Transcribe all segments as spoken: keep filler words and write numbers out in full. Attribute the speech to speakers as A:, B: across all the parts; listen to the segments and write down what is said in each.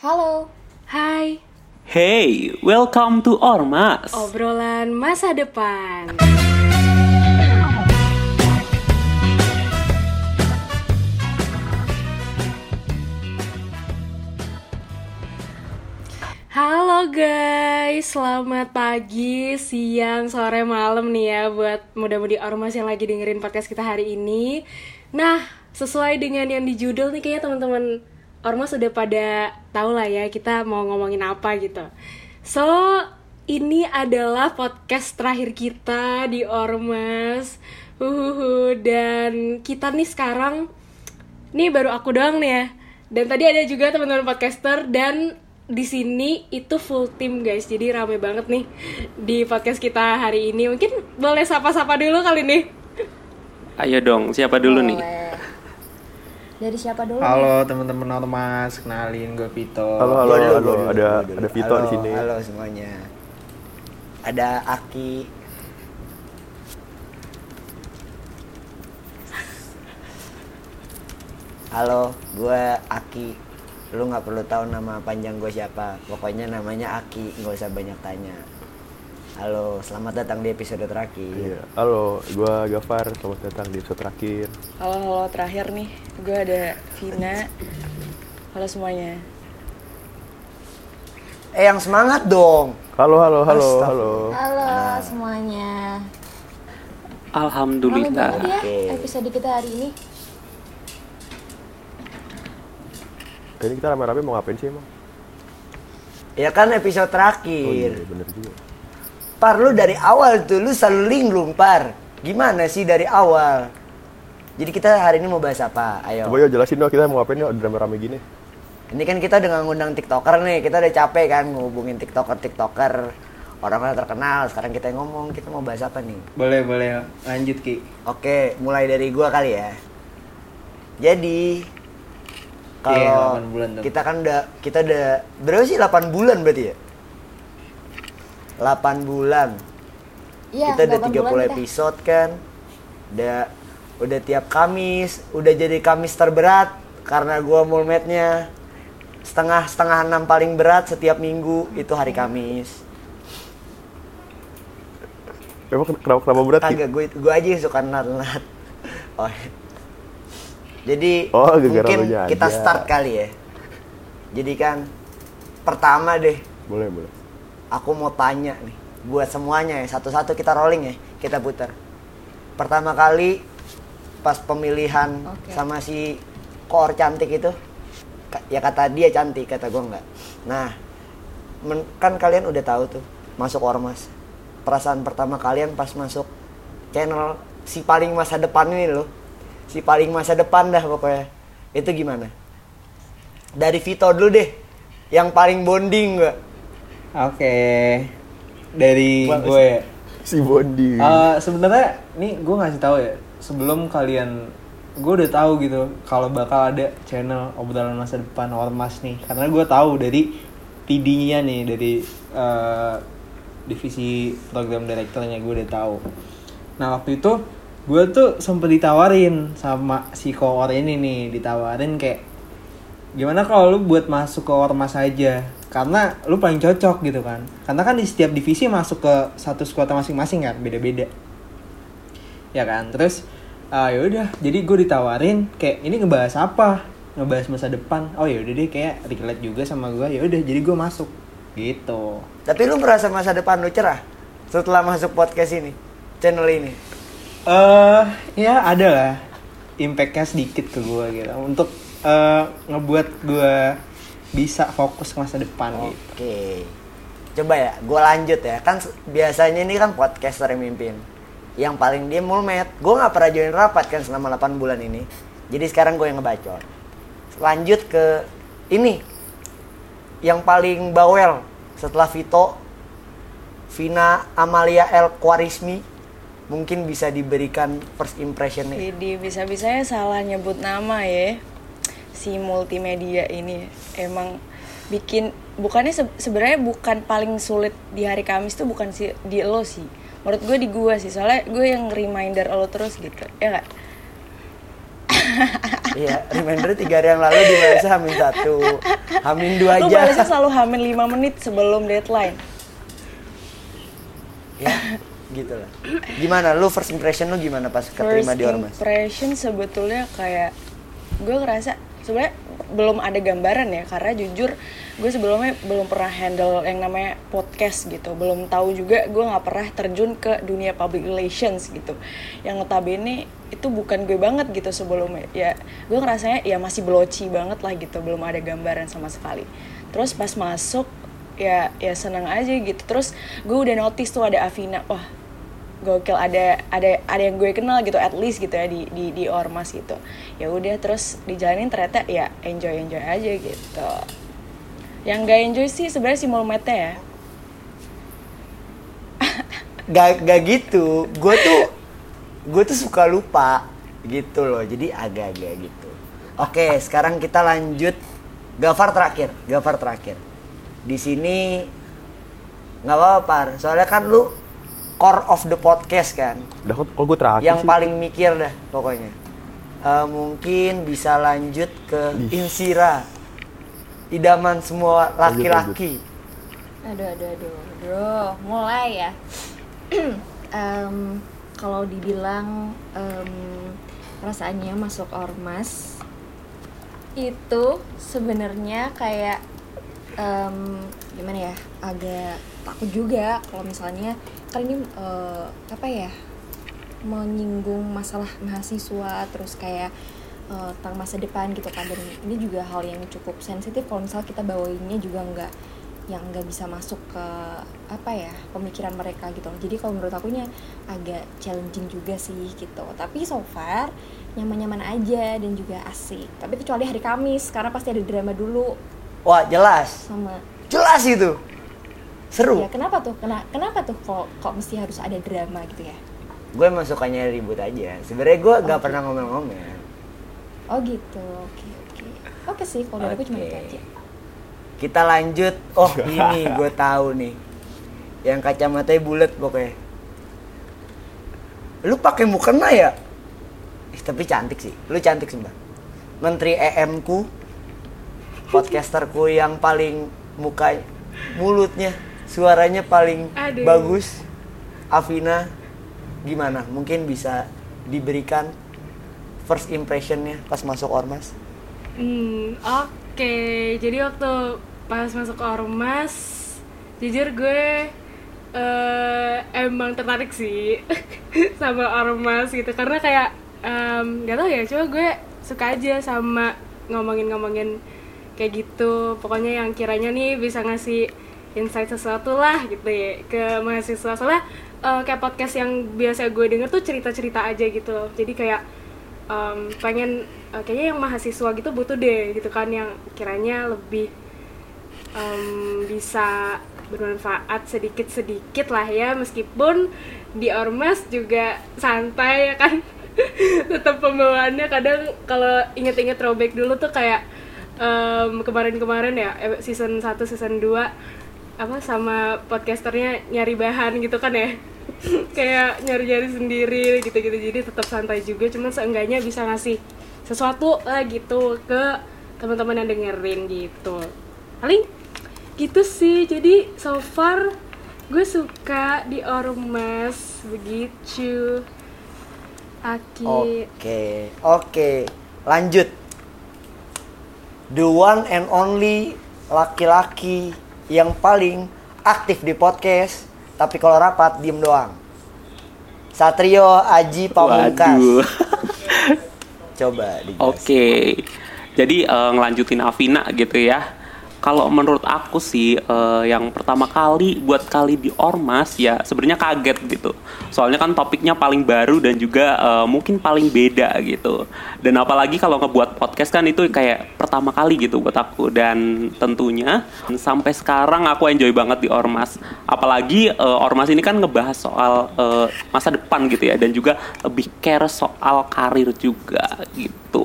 A: Halo.
B: Hai,
C: Hey, welcome to Ormas.
B: obrolan masa depan. Halo guys, selamat pagi, siang, sore, malam nih ya buat muda-mudi Ormas yang lagi dengerin podcast kita hari ini. Nah, sesuai dengan yang di judul nih kayaknya teman-teman Ormas udah pada tahu lah ya kita mau ngomongin apa gitu. So, ini adalah podcast terakhir kita di Ormas. Huhuhu, dan kita nih sekarang nih baru aku doang nih ya. Dan tadi ada juga teman-teman podcaster dan di sini itu full tim guys, jadi rame banget nih di podcast kita hari ini. Mungkin boleh sapa-sapa dulu kali nih.
C: Ayo dong, siapa dulu nih?
A: Boleh. Dari siapa dulu?
D: Halo teman-teman Ormas, kenalin gue Vito.
E: Halo, halo,
F: Gua dulu,
E: halo.
F: gua dulu,
E: ada
F: gua dulu.
E: ada Vito
F: Halo,
E: di sini.
F: Halo semuanya. Ada Aki. Halo, gue Aki. Lu nggak perlu tahu nama panjang gue siapa. Pokoknya namanya Aki, nggak usah banyak tanya. Halo, selamat datang di episode terakhir.
E: Iya. Halo, gua Gafar. Selamat datang di episode terakhir.
G: Halo, halo, terakhir nih, gue ada Vina. Halo semuanya.
F: Eh, yang semangat dong.
E: Halo, halo, halo,
F: Astagfirullah.
E: halo.
A: Halo semuanya. Rame
C: Alhamdulillah.
A: banget ya
F: Oke.
A: episode kita hari ini.
E: Ini kita rame-rame mau ngapain sih emang?
F: Ya kan episode
E: Oh
F: terakhir.
E: iya, bener juga.
F: Par, lu dari awal tuh, lu selalu linglung, Par. Gimana sih dari awal? Jadi kita hari ini mau bahas apa? Ayo.
E: Coba yuk jelasin dong kita mau ngapain yuk, udah rame-rame gini.
F: Ini kan kita udah ngundang tiktoker nih. Kita udah capek kan ngehubungin tiktoker-tiktoker. Orang-orang terkenal. Sekarang kita yang ngomong, kita mau bahas apa nih?
D: Boleh, boleh. Lanjut, Ki.
F: Oke, mulai dari gua kali ya. Jadi
D: Iya,
F: kalau
D: delapan bulan tuh.
F: kita kan udah kita udah berapa sih delapan bulan berarti ya? delapan bulan.
A: Iya,
F: Kita udah
A: delapan
F: tiga puluh
A: bulan kita.
F: episode kan. Udah udah tiap Kamis, udah jadi Kamis terberat karena gua mulmetnya setengah setengah enam paling berat setiap minggu itu hari Kamis.
E: Emang ken- kenapa kenapa berat sih?
F: Kagak, gue gue aja yang suka nat-nat. Oh. Jadi
E: Oh, gara-gara
F: mungkin
E: lunya
F: kita
E: aja.
F: start kali ya. Jadi kan pertama deh,
E: Boleh, boleh.
F: aku mau tanya nih buat semuanya ya, satu-satu kita rolling ya, kita putar. Pertama kali pas pemilihan
A: Oke.
F: sama si koor cantik itu, ka- ya kata dia cantik, kata gue enggak. Nah, men- kan kalian udah tahu tuh masuk Ormas. Perasaan pertama kalian pas masuk channel si paling masa depan ini loh, si paling masa depan dah pokoknya. Itu gimana? Dari Vito dulu deh, yang paling bonding gak?
D: Oke. Dari
E: Bang,
D: gue ya.
E: Si Bondi.
D: Eh, sebenarnya nih gue ngasih tahu ya, sebelum kalian, gue udah tahu gitu kalau bakal ada channel obrolan masa depan Ormas nih, karena gue tahu dari P D-nya nih, dari eh, divisi program direkturnya gue udah tahu. Nah waktu itu gue tuh sempet ditawarin sama si koor ini nih, ditawarin kayak gimana kalau lu buat masuk ke Ormas aja, karena lu paling cocok gitu kan, karena kan di setiap divisi masuk ke satu skuadnya masing-masing kan, beda-beda ya kan. Terus ah ya udah, jadi gue ditawarin kayak ini ngebahas apa, ngebahas masa depan. Oh ya udah deh, kayak relate juga sama gue. Ya udah, jadi gue masuk gitu.
F: Tapi lu merasa masa depan lu cerah setelah masuk podcast ini, channel ini?
D: Eh ya ada lah impactnya sedikit ke gue gitu, untuk eh, ngebuat gue bisa fokus ke masa depan gitu.
F: Oke, coba ya, gue lanjut ya. Kan se- biasanya ini kan podcaster yang mimpin, yang paling dia mulmet. Gue nggak pernah join rapat kan selama delapan bulan ini. Jadi sekarang gue yang ngebacot. Lanjut ke ini, yang paling bawel setelah Vito, Vina Amalia El Kwarismi. Mungkin bisa diberikan first impression nih.
G: Jadi bisa-bisanya salah nyebut nama ya. Si multimedia ini emang bikin, bukannya se- sebenarnya bukan paling sulit di hari Kamis tuh bukan si di lo sih. Menurut gue di gue sih, soalnya gue yang reminder lo terus gitu. Ya enggak?
F: Iya, reminder tiga hari yang lalu dibalasnya hamin satu, hamin dua
G: Lu
F: aja.
G: balasnya selalu hamin lima menit sebelum deadline.
F: Ya, gitu lah. Gimana, lu first impression lu gimana pas keterima
G: First
F: di Ormas?
G: impression sebetulnya kayak gue ngerasa sebenarnya belum ada gambaran ya, karena jujur gue sebelumnya belum pernah handle yang namanya podcast gitu, belum tahu juga, gue nggak pernah terjun ke dunia public relations gitu, yang notabene itu bukan gue banget gitu sebelumnya. Ya gue ngerasanya ya masih bloci banget lah gitu, belum ada gambaran sama sekali. Terus pas masuk ya ya senang aja gitu. Terus gue udah notice tuh ada Afina, wah gokil, ada ada ada yang gue kenal gitu at least gitu ya di di di Ormas gitu. Ya udah terus dijalanin, ternyata ya enjoy enjoy aja gitu. Yang gak enjoy sih sebenarnya si mulmetnya ya.
F: Gak, gak gitu, gue tuh gue tuh suka lupa gitu loh, jadi agak-agak gitu. Oke, sekarang kita lanjut. Gafar terakhir, Gafar terakhir. Di sini nggak apa-apa, Par. Soalnya kan lu core of the podcast kan.
E: Udah kok gue terakhir
F: Yang
E: sih.
F: paling mikir dah pokoknya. Uh, mungkin bisa lanjut ke
E: Ih.
F: Insira, idaman semua laki-laki.
A: Aduh, aduh, aduh, aduh, mulai ya. Em, kalau dibilang em, perasaannya masuk Ormas itu sebenarnya kayak em, gimana ya, agak takut juga kalau misalnya kan ini eh, apa ya, menyinggung masalah mahasiswa, terus kayak eh, tentang masa depan gitu kan, dan ini juga hal yang cukup sensitif kalau misalnya kita bawainnya juga nggak yang nggak bisa masuk ke apa ya, pemikiran mereka gitu. Jadi kalau menurut akunya agak challenging juga sih gitu, tapi so far nyaman-nyaman aja dan juga asik. Tapi kecuali hari Kamis karena pasti ada drama dulu
F: Wah, jelas.
A: sama
F: Jelas itu. Seru.
A: ya. Kenapa tuh kena kenapa tuh kok kok mesti harus ada drama gitu ya?
F: Gue emang sukanya ribut aja. Sebenarnya gue gak
A: Oke.
F: pernah ngomel-ngomel.
A: Oh gitu, oke oke oke sih kalau dari aku cuma
F: Oke.
A: itu aja.
F: Kita lanjut. Oh, ini gue tahu nih. Yang kacamatanya bulat pokoknya. Lu pakai mukena ya? Ih, tapi cantik sih. Lu cantik sumpah. Menteri E M ku, podcasterku yang paling muka mulutnya, suaranya paling
B: Aduh.
F: bagus. Afina, gimana? Mungkin bisa diberikan first impressionnya pas masuk Ormas?
B: Hmm, oke. Jadi waktu pas masuk Ormas, jujur gue eh, emang tertarik sih sama Ormas gitu, karena kayak em, gak tau ya, cuma gue suka aja sama ngomongin-ngomongin kayak gitu. Pokoknya yang kiranya nih bisa ngasih insight sesuatu lah gitu ya ke mahasiswa. Soalnya eh, kayak podcast yang biasa gue denger tuh cerita-cerita aja gitu loh. Jadi kayak em, pengen eh, kayaknya yang mahasiswa gitu butuh deh gitu kan, yang kiranya lebih em, bisa bermanfaat sedikit-sedikit lah ya, meskipun di Ormas juga santai ya kan. Tetap pembawaannya kadang kalau inget-inget throwback dulu tuh kayak em, kemarin-kemarin ya, eh, season satu, season dua apa sama podcasternya nyari bahan gitu kan ya. Kayak nyari-nyari sendiri gitu-gitu, jadi tetap santai juga, cuman seenggaknya bisa ngasih sesuatu lah gitu ke teman-teman yang dengerin gitu. Paling gitu sih. Jadi so far gue suka di Ormas begitu. Aki.
F: Oke, oke. Lanjut. The one and only laki-laki yang paling aktif di podcast, tapi kalau rapat diem doang. Satrio Aji Pamungkas.
C: Waduh.
F: Coba dijelasin.
C: Oke. Jadi eh, ngelanjutin Afina gitu ya. Kalau menurut aku sih eh, yang pertama kali buat kali di Ormas ya sebenarnya kaget gitu. Soalnya kan topiknya paling baru dan juga eh, mungkin paling beda gitu. Dan apalagi kalau ngebuat podcast kan itu kayak pertama kali gitu buat aku. Dan tentunya sampai sekarang aku enjoy banget di Ormas. Apalagi eh, Ormas ini kan ngebahas soal eh, masa depan gitu ya, dan juga lebih care soal karir juga gitu.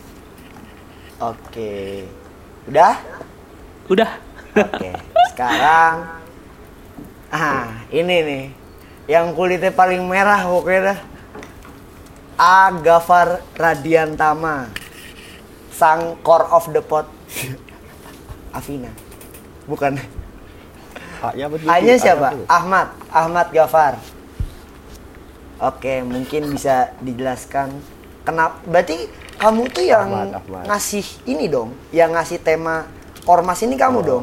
F: Oke. Udah?
C: Udah.
F: Oke. Sekarang ah, ini nih. Yang kulitnya paling merah pokoknya dah. A. Gafar Radiantama, sang core of the pot. Afina. Bukan.
E: A-nya apa tuh?
F: A-nya siapa?
E: A-nya apa tuh?
F: Ahmad. Ahmad Gafar. Oke, mungkin bisa dijelaskan kenapa? Berarti kamu tuh yang
E: Ahmad, Ahmad.
F: ngasih ini dong, yang ngasih tema ormas ini kamu
E: Oh.
F: dong.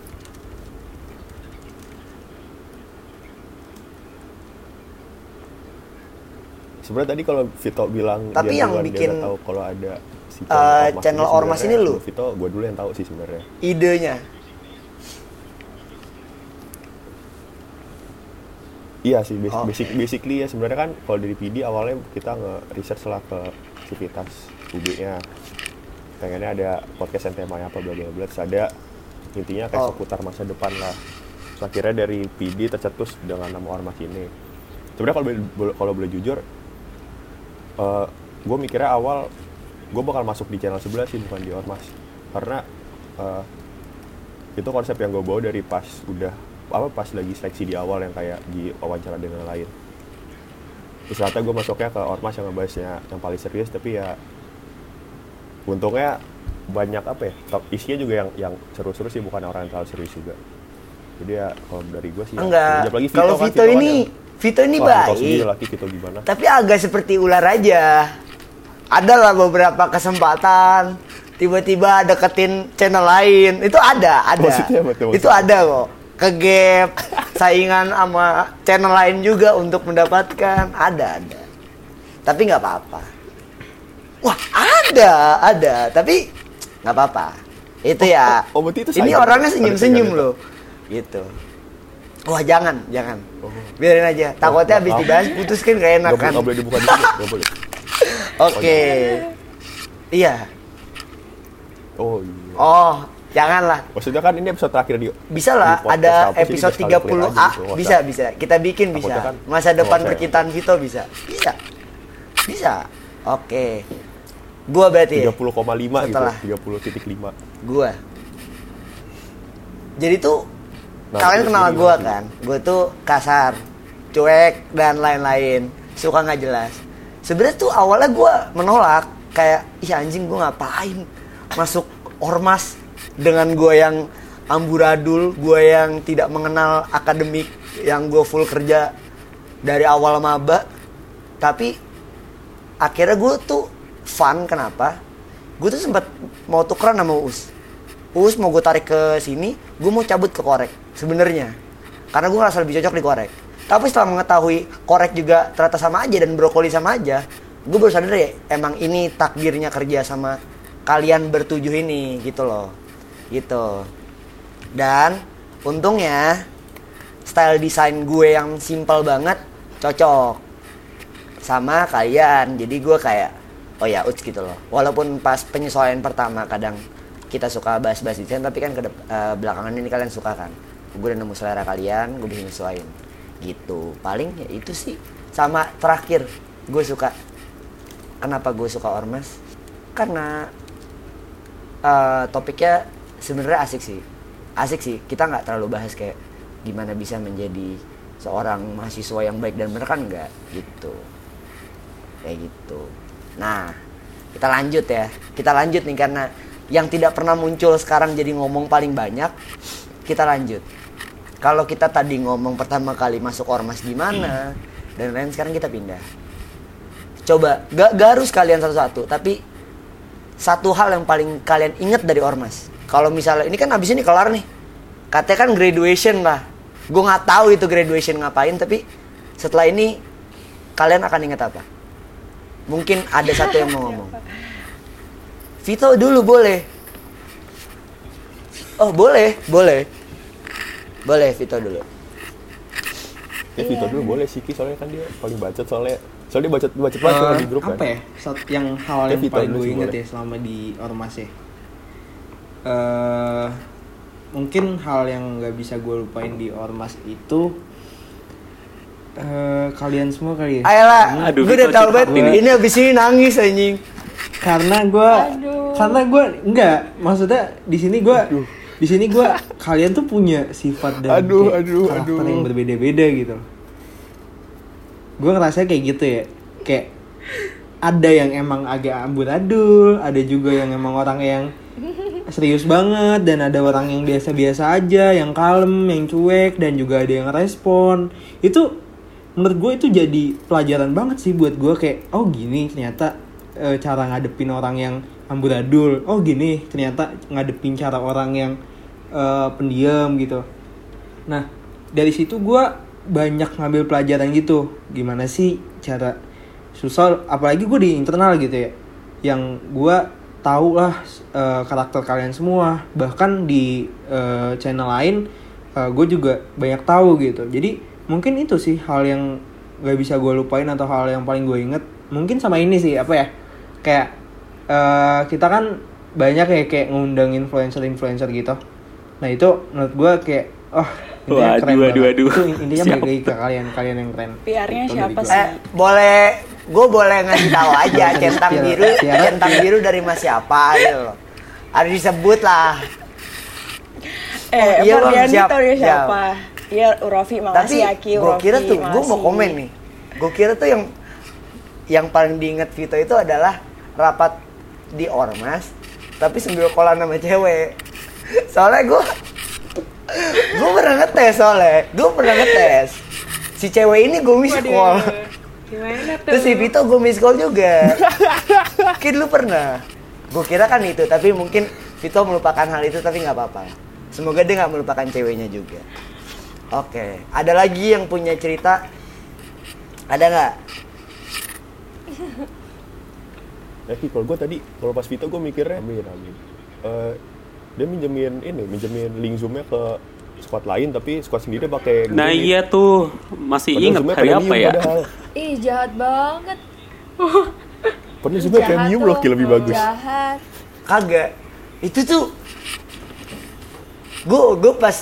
E: Sebenarnya tadi kalau Vito bilang
F: Tapi
E: dia
F: yang
E: duluan,
F: bikin,
E: dia nggak tahu kalau ada si
F: uh, channel ormas ini
E: sebenarnya
F: lu?
E: Vito, gue dulu yang tahu sih sebenarnya.
F: Idenya.
E: Iya sih, basic,
F: Oh.
E: basic basically ya sebenarnya kan kalau dari P D awalnya kita nge-research lah ke Civitas U B-nya. Pengennya ada podcast yang temanya apa bla bla bla. Terus ada intinya kayak
F: Oh.
E: seputar masa depan lah. Terus akhirnya dari P D tercetus dengan nama ormas ini. Sebenarnya kalau boleh kalau boleh jujur, uh, gue mikirnya awal gue bakal masuk di channel sebelah sih, bukan di ormas. Karena uh, itu konsep yang gue bawa dari pas udah apa pas lagi seleksi di awal yang kayak di wawancara dengan lain. Terus ternyata gue masuknya ke ormas yang ngebahasnya yang paling serius, tapi ya untungnya banyak apa ya, isinya juga yang yang seru-seru sih, bukan orang yang terlalu serius juga. Jadi ya kalau dari gue sih
F: Enggak.
E: ya, apalagi Vito
F: Kalau
E: kan,
F: Vito
E: kan
F: ini,
E: yang-
F: Vito ini
E: Wah, Vito sendiri
F: baik.
E: laki Vito gimana?
F: Tapi agak seperti ular aja. Adalah beberapa kesempatan tiba-tiba deketin channel lain. Itu ada, ada.
E: Maksudnya apa tuh,
F: Itu
E: maksudnya?
F: ada kok. Kegap, saingan sama channel lain juga untuk mendapatkan. Ada, ada. Tapi nggak apa-apa. Wah, ada, ada. Tapi nggak apa-apa. Itu ya.
E: oh, berarti itu
F: Ini
E: saingan.
F: orangnya
E: Ada
F: senyum-senyum
E: saingannya.
F: loh. Gitu. Wah, jangan, jangan.
E: Oh.
F: Biarin aja. Takutnya habis
E: maaf.
F: dibahas putus kan gak enak
E: Gak,
F: kan.
E: gak boleh dibuka dulu, gak boleh.
F: Oke. Iya.
E: Oh iya.
F: Oh, janganlah.
E: Maksudnya kan ini episode terakhir di
F: Bisa lah,
E: di podcast
F: ada
E: kampus, jadi
F: episode
E: biar sekali
F: tiga puluh
E: clear
F: A.
E: aja gitu, nggak
F: Bisa,
E: usah.
F: bisa. Kita bikin bisa.
E: Takutnya kan
F: Masa depan
E: nggak usah.
F: percintaan Vito bisa. Bisa. Bisa. Oke. Gua berarti ya.
E: tiga puluh koma lima gitu,
F: Setelah.
E: tiga puluh titik lima.
F: Gua. Jadi tuh
E: Nah,
F: kalian
E: terus
F: kenal
E: jadi
F: gua
E: gimana?
F: kan? Gua tuh kasar, cuek dan lain-lain. Suka nggak jelas. Sebenarnya tuh awalnya gua menolak, kayak ih anjing gua ngapain masuk ormas dengan gua yang amburadul, gua yang tidak mengenal akademik, yang gua full kerja dari awal maba. Tapi akhirnya gue tuh fun. Kenapa? Gue tuh sempat mau tukeran sama Uus. Uus mau gue tarik ke sini, gue mau cabut ke Korek sebenarnya, karena gue ngerasa lebih cocok di Korek. Tapi setelah mengetahui Korek juga ternyata sama aja dan brokoli sama aja, gue baru sadar ya emang ini takdirnya kerja sama kalian bertujuh ini gitu loh, gitu. Dan untungnya style desain gue yang simple banget cocok sama kalian. Jadi gue kayak oh ya uts gitu loh. Walaupun pas penyesuaian pertama kadang kita suka bahas-bahas desain, tapi kan ke uh, belakangan ini kalian suka kan. Gue udah nemu selera kalian, gue bisa nyesuaiin gitu. Paling ya itu sih. Sama terakhir gue suka, kenapa gue suka ormas? Karena uh, topiknya sebenarnya asik sih. Asik sih. Kita nggak terlalu bahas kayak gimana bisa menjadi seorang mahasiswa yang baik dan benar, kan enggak gitu. Kayak gitu. Nah, kita lanjut ya. Kita lanjut nih karena yang tidak pernah muncul sekarang jadi ngomong paling banyak. Kita lanjut. Kalau kita tadi ngomong pertama kali masuk ormas gimana dan lain, sekarang kita pindah. Coba, gak, gak harus kalian satu-satu, tapi satu hal yang paling kalian inget dari ormas. Kalau misalnya ini kan abis ini kelar nih, katanya kan graduation lah. Gue nggak tahu itu graduation ngapain, tapi setelah ini kalian akan inget apa? Mungkin ada satu yang mau ngomong. Vito dulu boleh. Oh boleh, boleh. Boleh Vito dulu.
E: Ya Vito dulu boleh sih, Ki, soalnya kan dia paling bacot soalnya. Soalnya dia bacot bacot banget
D: Eh,
E: di grup kan.
D: apa ya? Satu yang hal
E: Ya,
D: yang
E: Vito
D: paling
E: dulu
D: gue
E: sih
D: inget
E: boleh.
D: ya selama di ormas ya. Eh, mungkin hal yang nggak bisa gue lupain di ormas itu eh kalian semua kali ya.
F: Ayolah,
C: Aduh,
F: gue udah
C: Vito
F: tahu
C: curhat
F: banget.
C: ini.
F: Ini abis ini nangis anjing.
D: Karena gue, karena gue enggak, maksudnya di sini gue, di sini gue kalian tuh punya sifat dan
E: Aduh,
D: kayak
E: aduh,
D: karakter
E: aduh.
D: yang berbeda-beda gitu. Gue ngerasa kayak gitu ya, kayak ada yang emang agak amburadul, ada juga yang emang orang yang serius banget, dan ada orang yang biasa-biasa aja, yang kalem, yang cuek, dan juga ada yang respon. Itu menurut gue itu jadi pelajaran banget sih buat gue, kayak oh gini ternyata e, cara ngadepin orang yang amburadul, oh gini ternyata ngadepin cara orang yang e, pendiam gitu. Nah dari situ gue banyak ngambil pelajaran gitu, gimana sih cara susah, apalagi gue di internal gitu ya, yang gue tahu lah uh, karakter kalian semua, bahkan di uh, channel lain uh, gue juga banyak tahu gitu. Jadi mungkin itu sih hal yang gak bisa gue lupain atau hal yang paling gue inget. Mungkin sama ini sih apa ya, kayak uh, kita kan banyak ya kayak ngundang influencer-influencer gitu. Nah itu menurut gue kayak oh intinya keren
C: waduh,
D: banget.
C: waduh.
D: Itu intinya balik lagi ke kalian, kalian yang keren.
G: P R-nya
D: Itu
G: siapa
D: dari
G: sih?
D: gua.
F: Eh, boleh gue boleh ngasih tahu aja centang
D: Tiara-
F: biru,
D: Tiara-
F: centang biru dari Mas siapa gitu loh. Harus disebut lah.
G: Eh,
F: Oh, iya,
G: iya
F: Bang,
G: Fardiani
F: siap,
G: tahu dia
F: siap.
G: siapa? Iya, Urafi,
F: Tapi
G: makasih Aki,
F: gue
G: Urafi.
F: kira tuh, gue mau
G: makasih.
F: komen nih. Gue kira tuh yang yang paling diinget Vito itu adalah rapat di Ormas, tapi sambil kolan sama cewek. Soalnya gue, gue pernah ngetes soalnya, gue pernah ngetes. Si cewek ini gue miss
B: Waduh,
F: call.
B: gimana tuh?
F: Terus si Vito gue miss call juga. Mungkin lu pernah. Gue kira kan itu, tapi mungkin Vito melupakan hal itu, tapi nggak apa-apa. Semoga dia nggak melupakan ceweknya juga. Oke, ada lagi yang punya cerita? Ada nggak?
E: Ya Ki, kalau gue tadi, kalau pas Vito gue mikirnya amin, amin. Eh, dia minjemin ini, minjemin link Zoom-nya ke squad lain, tapi squad sendiri pakai Google
C: Nah
E: Meet.
C: iya tuh, masih
E: Padahal
C: ingat
E: Zoom-nya
C: hari
E: premium
C: apa ya?
E: Padahal,
A: Ih jahat banget.
E: padahal Zoom-nya
A: Jahat
E: premium
A: tuh.
E: loh, Ki, lebih bagus.
A: Jahat.
F: Kagak. Itu tuh gue gue pas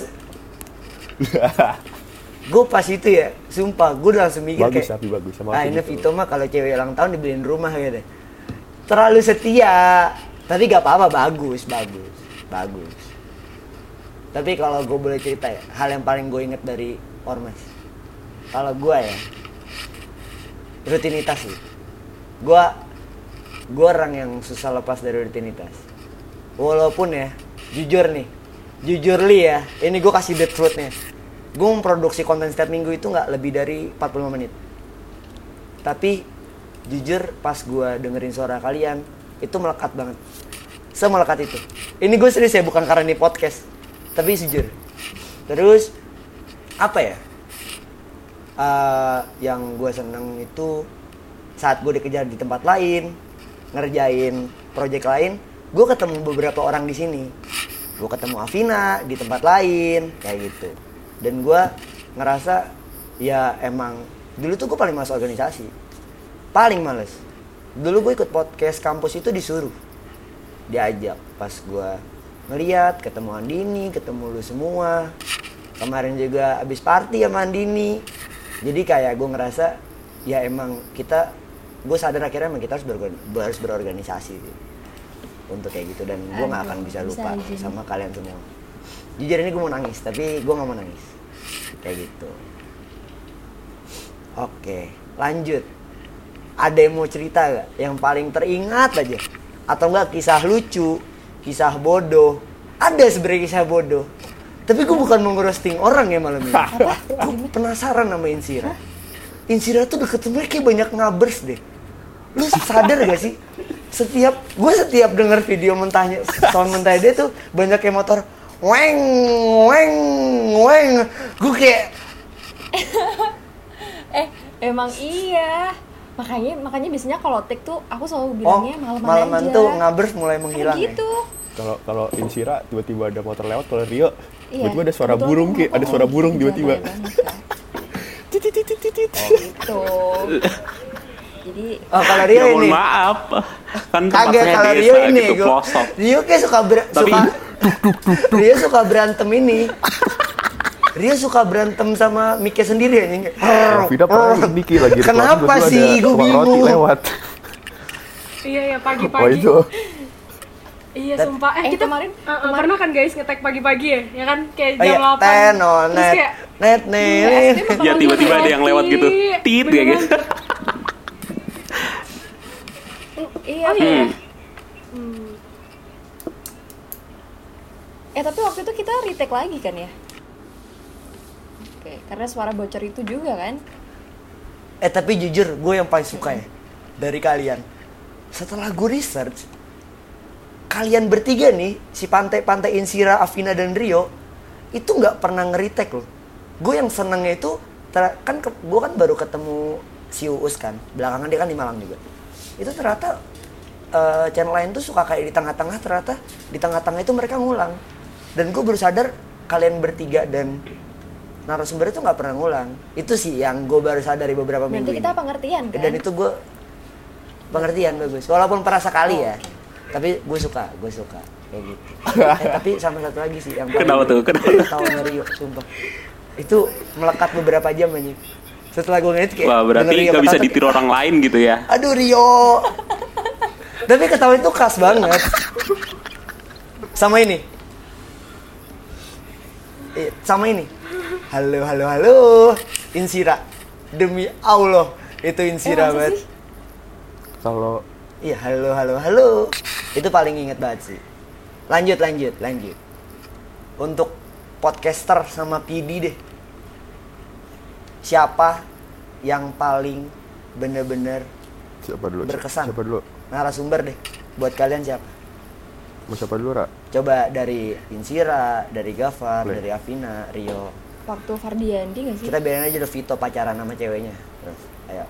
F: gue pas itu ya, sumpah gue udah langsung mikir
E: Bagus
F: kayak
E: tapi bagus sama
F: ah
E: aku
F: ini
E: gitu.
F: Vito mah kalau cewek ulang tahun dibeliin rumah gitu. Terlalu setia, tapi gak apa-apa, bagus, bagus, bagus. Tapi kalau gue boleh cerita ya, hal yang paling gue inget dari Ormas, kalau gue ya, rutinitas sih. Gue, gue orang yang susah lepas dari rutinitas. Walaupun ya, jujur nih, jujur li ya, ini gue kasih the truth-nya. Gue memproduksi konten setiap minggu itu nggak lebih dari empat puluh lima menit. Tapi jujur pas gue dengerin suara kalian itu melekat banget, semelekat itu. Ini gue serius ya, bukan karena ini podcast, tapi jujur. Terus apa ya? Uh, yang gue seneng itu saat gue dikejar di tempat lain, ngerjain project lain, gue ketemu beberapa orang di sini. Gue ketemu Afina di tempat lain, kayak gitu. Dan gue ngerasa ya emang dulu tuh gue paling males organisasi, paling males. Dulu gue ikut podcast kampus itu disuruh, diajak. Pas gue ngeliat ketemu Andini, ketemu lu semua, kemarin juga abis party sama Andini. Jadi kayak gue ngerasa ya emang kita, gue sadar akhirnya emang kita harus, berorgan, harus berorganisasi gitu, untuk kayak gitu. Dan gue nggak akan bisa lupa
A: bisa
F: sama kalian semua. Jujur ini gue mau nangis, tapi gue nggak mau nangis kayak gitu. Oke, lanjut. Ada yang mau cerita gak? Yang paling teringat aja, atau enggak kisah lucu, kisah bodoh? Ada sebenarnya kisah bodoh, tapi gue bukan mau ngerosting orang ya malam ini. Gue penasaran sama Insira. Insira tuh deket rumahnya kayak banyak ngabers deh. Lu sadar gak sih? Setiap gue setiap denger video mentahnya, sound mentahnya dia tuh banyak kayak motor weng weng weng. Gue kayak
A: Eh emang iya. Makanya makanya biasanya kalau take tuh aku selalu
F: oh
A: bilangnya malaman
F: malaman
A: aja.
F: tuh ngabers mulai menghilang
A: Kayak gitu.
F: ya.
E: Kalau kalau Insira tiba-tiba ada motor lewat, kalau Rio
A: Iya.
E: tiba-tiba ada suara
A: Kebetulan
E: burung
A: aku
E: Ki,
A: nggak
E: ada suara
A: ngomong
E: burung
A: gitu,
E: tiba-tiba.
A: bahaya banget, kan.
E: Titit titit titit.
A: Gitu. Jadi
F: Oh kalau Rio
C: Ya mohon
F: ini
C: maaf, kan tempat
F: kagak,
C: saya
F: kalau
C: desa
F: Rio ini
C: gitu,
F: gua-
C: pelosok.
F: Rio kayak suka ber-
C: Tapi-
F: suka Rio suka berantem ini. Rio suka berantem sama Mike sendiri anjing.
E: Oh, Vida pernah ini Ki, lagi di kelas,
F: Kenapa
E: tiba-tiba
F: sih?
E: ada
F: Gue
E: tukang roti
F: bingung.
E: lewat.
B: Iya ya pagi-pagi.
E: Oh itu.
B: Iya
F: Dan-
B: sumpah. Eh,
A: Eh,
B: kita
A: kemarin-
B: uh, uh, pernah kan guys nge-tag pagi-pagi ya? Ya kan kayak
F: Oh
B: jam
F: iya,
B: delapan.
F: ten on
B: Terus
F: net,
B: kayak
F: net nih.
C: Ya tiba-tiba ada yang lewat gitu, tit ya
B: Beneran.
C: gitu.
A: Iya.
B: Oh iya.
C: Hmm.
B: Hmm.
A: Eh tapi waktu itu kita retake lagi kan ya? Oke, karena suara bocor itu juga kan?
F: Eh tapi jujur, gue yang paling suka ya dari kalian. Setelah gue research, kalian bertiga nih, si Pantai-Pantai, Insira, Afina, dan Rio, itu nggak pernah nge-retake loh. Gue yang senengnya itu, ter- kan ke- gue kan baru ketemu si Uus kan, belakangan dia kan di Malang juga. Itu ternyata uh, channel lain tuh suka kayak di tengah-tengah, ternyata di tengah-tengah itu mereka ngulang. Dan gue baru sadar kalian bertiga dan narasumber itu nggak pernah ngulang. Itu sih yang gue baru sadari beberapa minggu
A: Berarti
F: ini.
A: kita pengertian kan?
F: Dan itu gue pengertian bagus. Walaupun perasa kali ya, tapi gue suka, gue suka kayak gitu. eh, tapi sama satu lagi sih yang paling
C: Kenapa tuh? Kenapa?
F: Tahun Rio, sumpah. Itu melekat beberapa jam aja. Setelah gue ngeliat kayak
C: Wah, berarti
F: denger Rio
C: nggak bisa
F: ketawa,
C: ditiru orang lain gitu ya?
F: aduh Rio. Tapi ketawa itu khas banget. Sama ini. Eh, sama ini. Halo, halo, halo. Insira. Demi Allah, itu Insira
A: Eh, masa
F: banget.
A: sih?
E: Kalau
F: Iya, halo, halo, halo. Itu paling inget banget sih. Lanjut, lanjut, lanjut. Untuk podcaster sama P D deh. Siapa yang paling bener-bener
E: siapa dulu?
F: berkesan?
E: Siapa dulu?
F: Narasumber deh. Buat kalian siapa?
E: Mau siapa dulu, Ra?
F: Coba dari Insira, dari Gafar,
E: Boleh.
F: dari Afina, Rio.
A: Waktu Fardiandi nggak sih?
F: Kita biarin aja udah Vito pacaran sama ceweknya. Terus, ayo.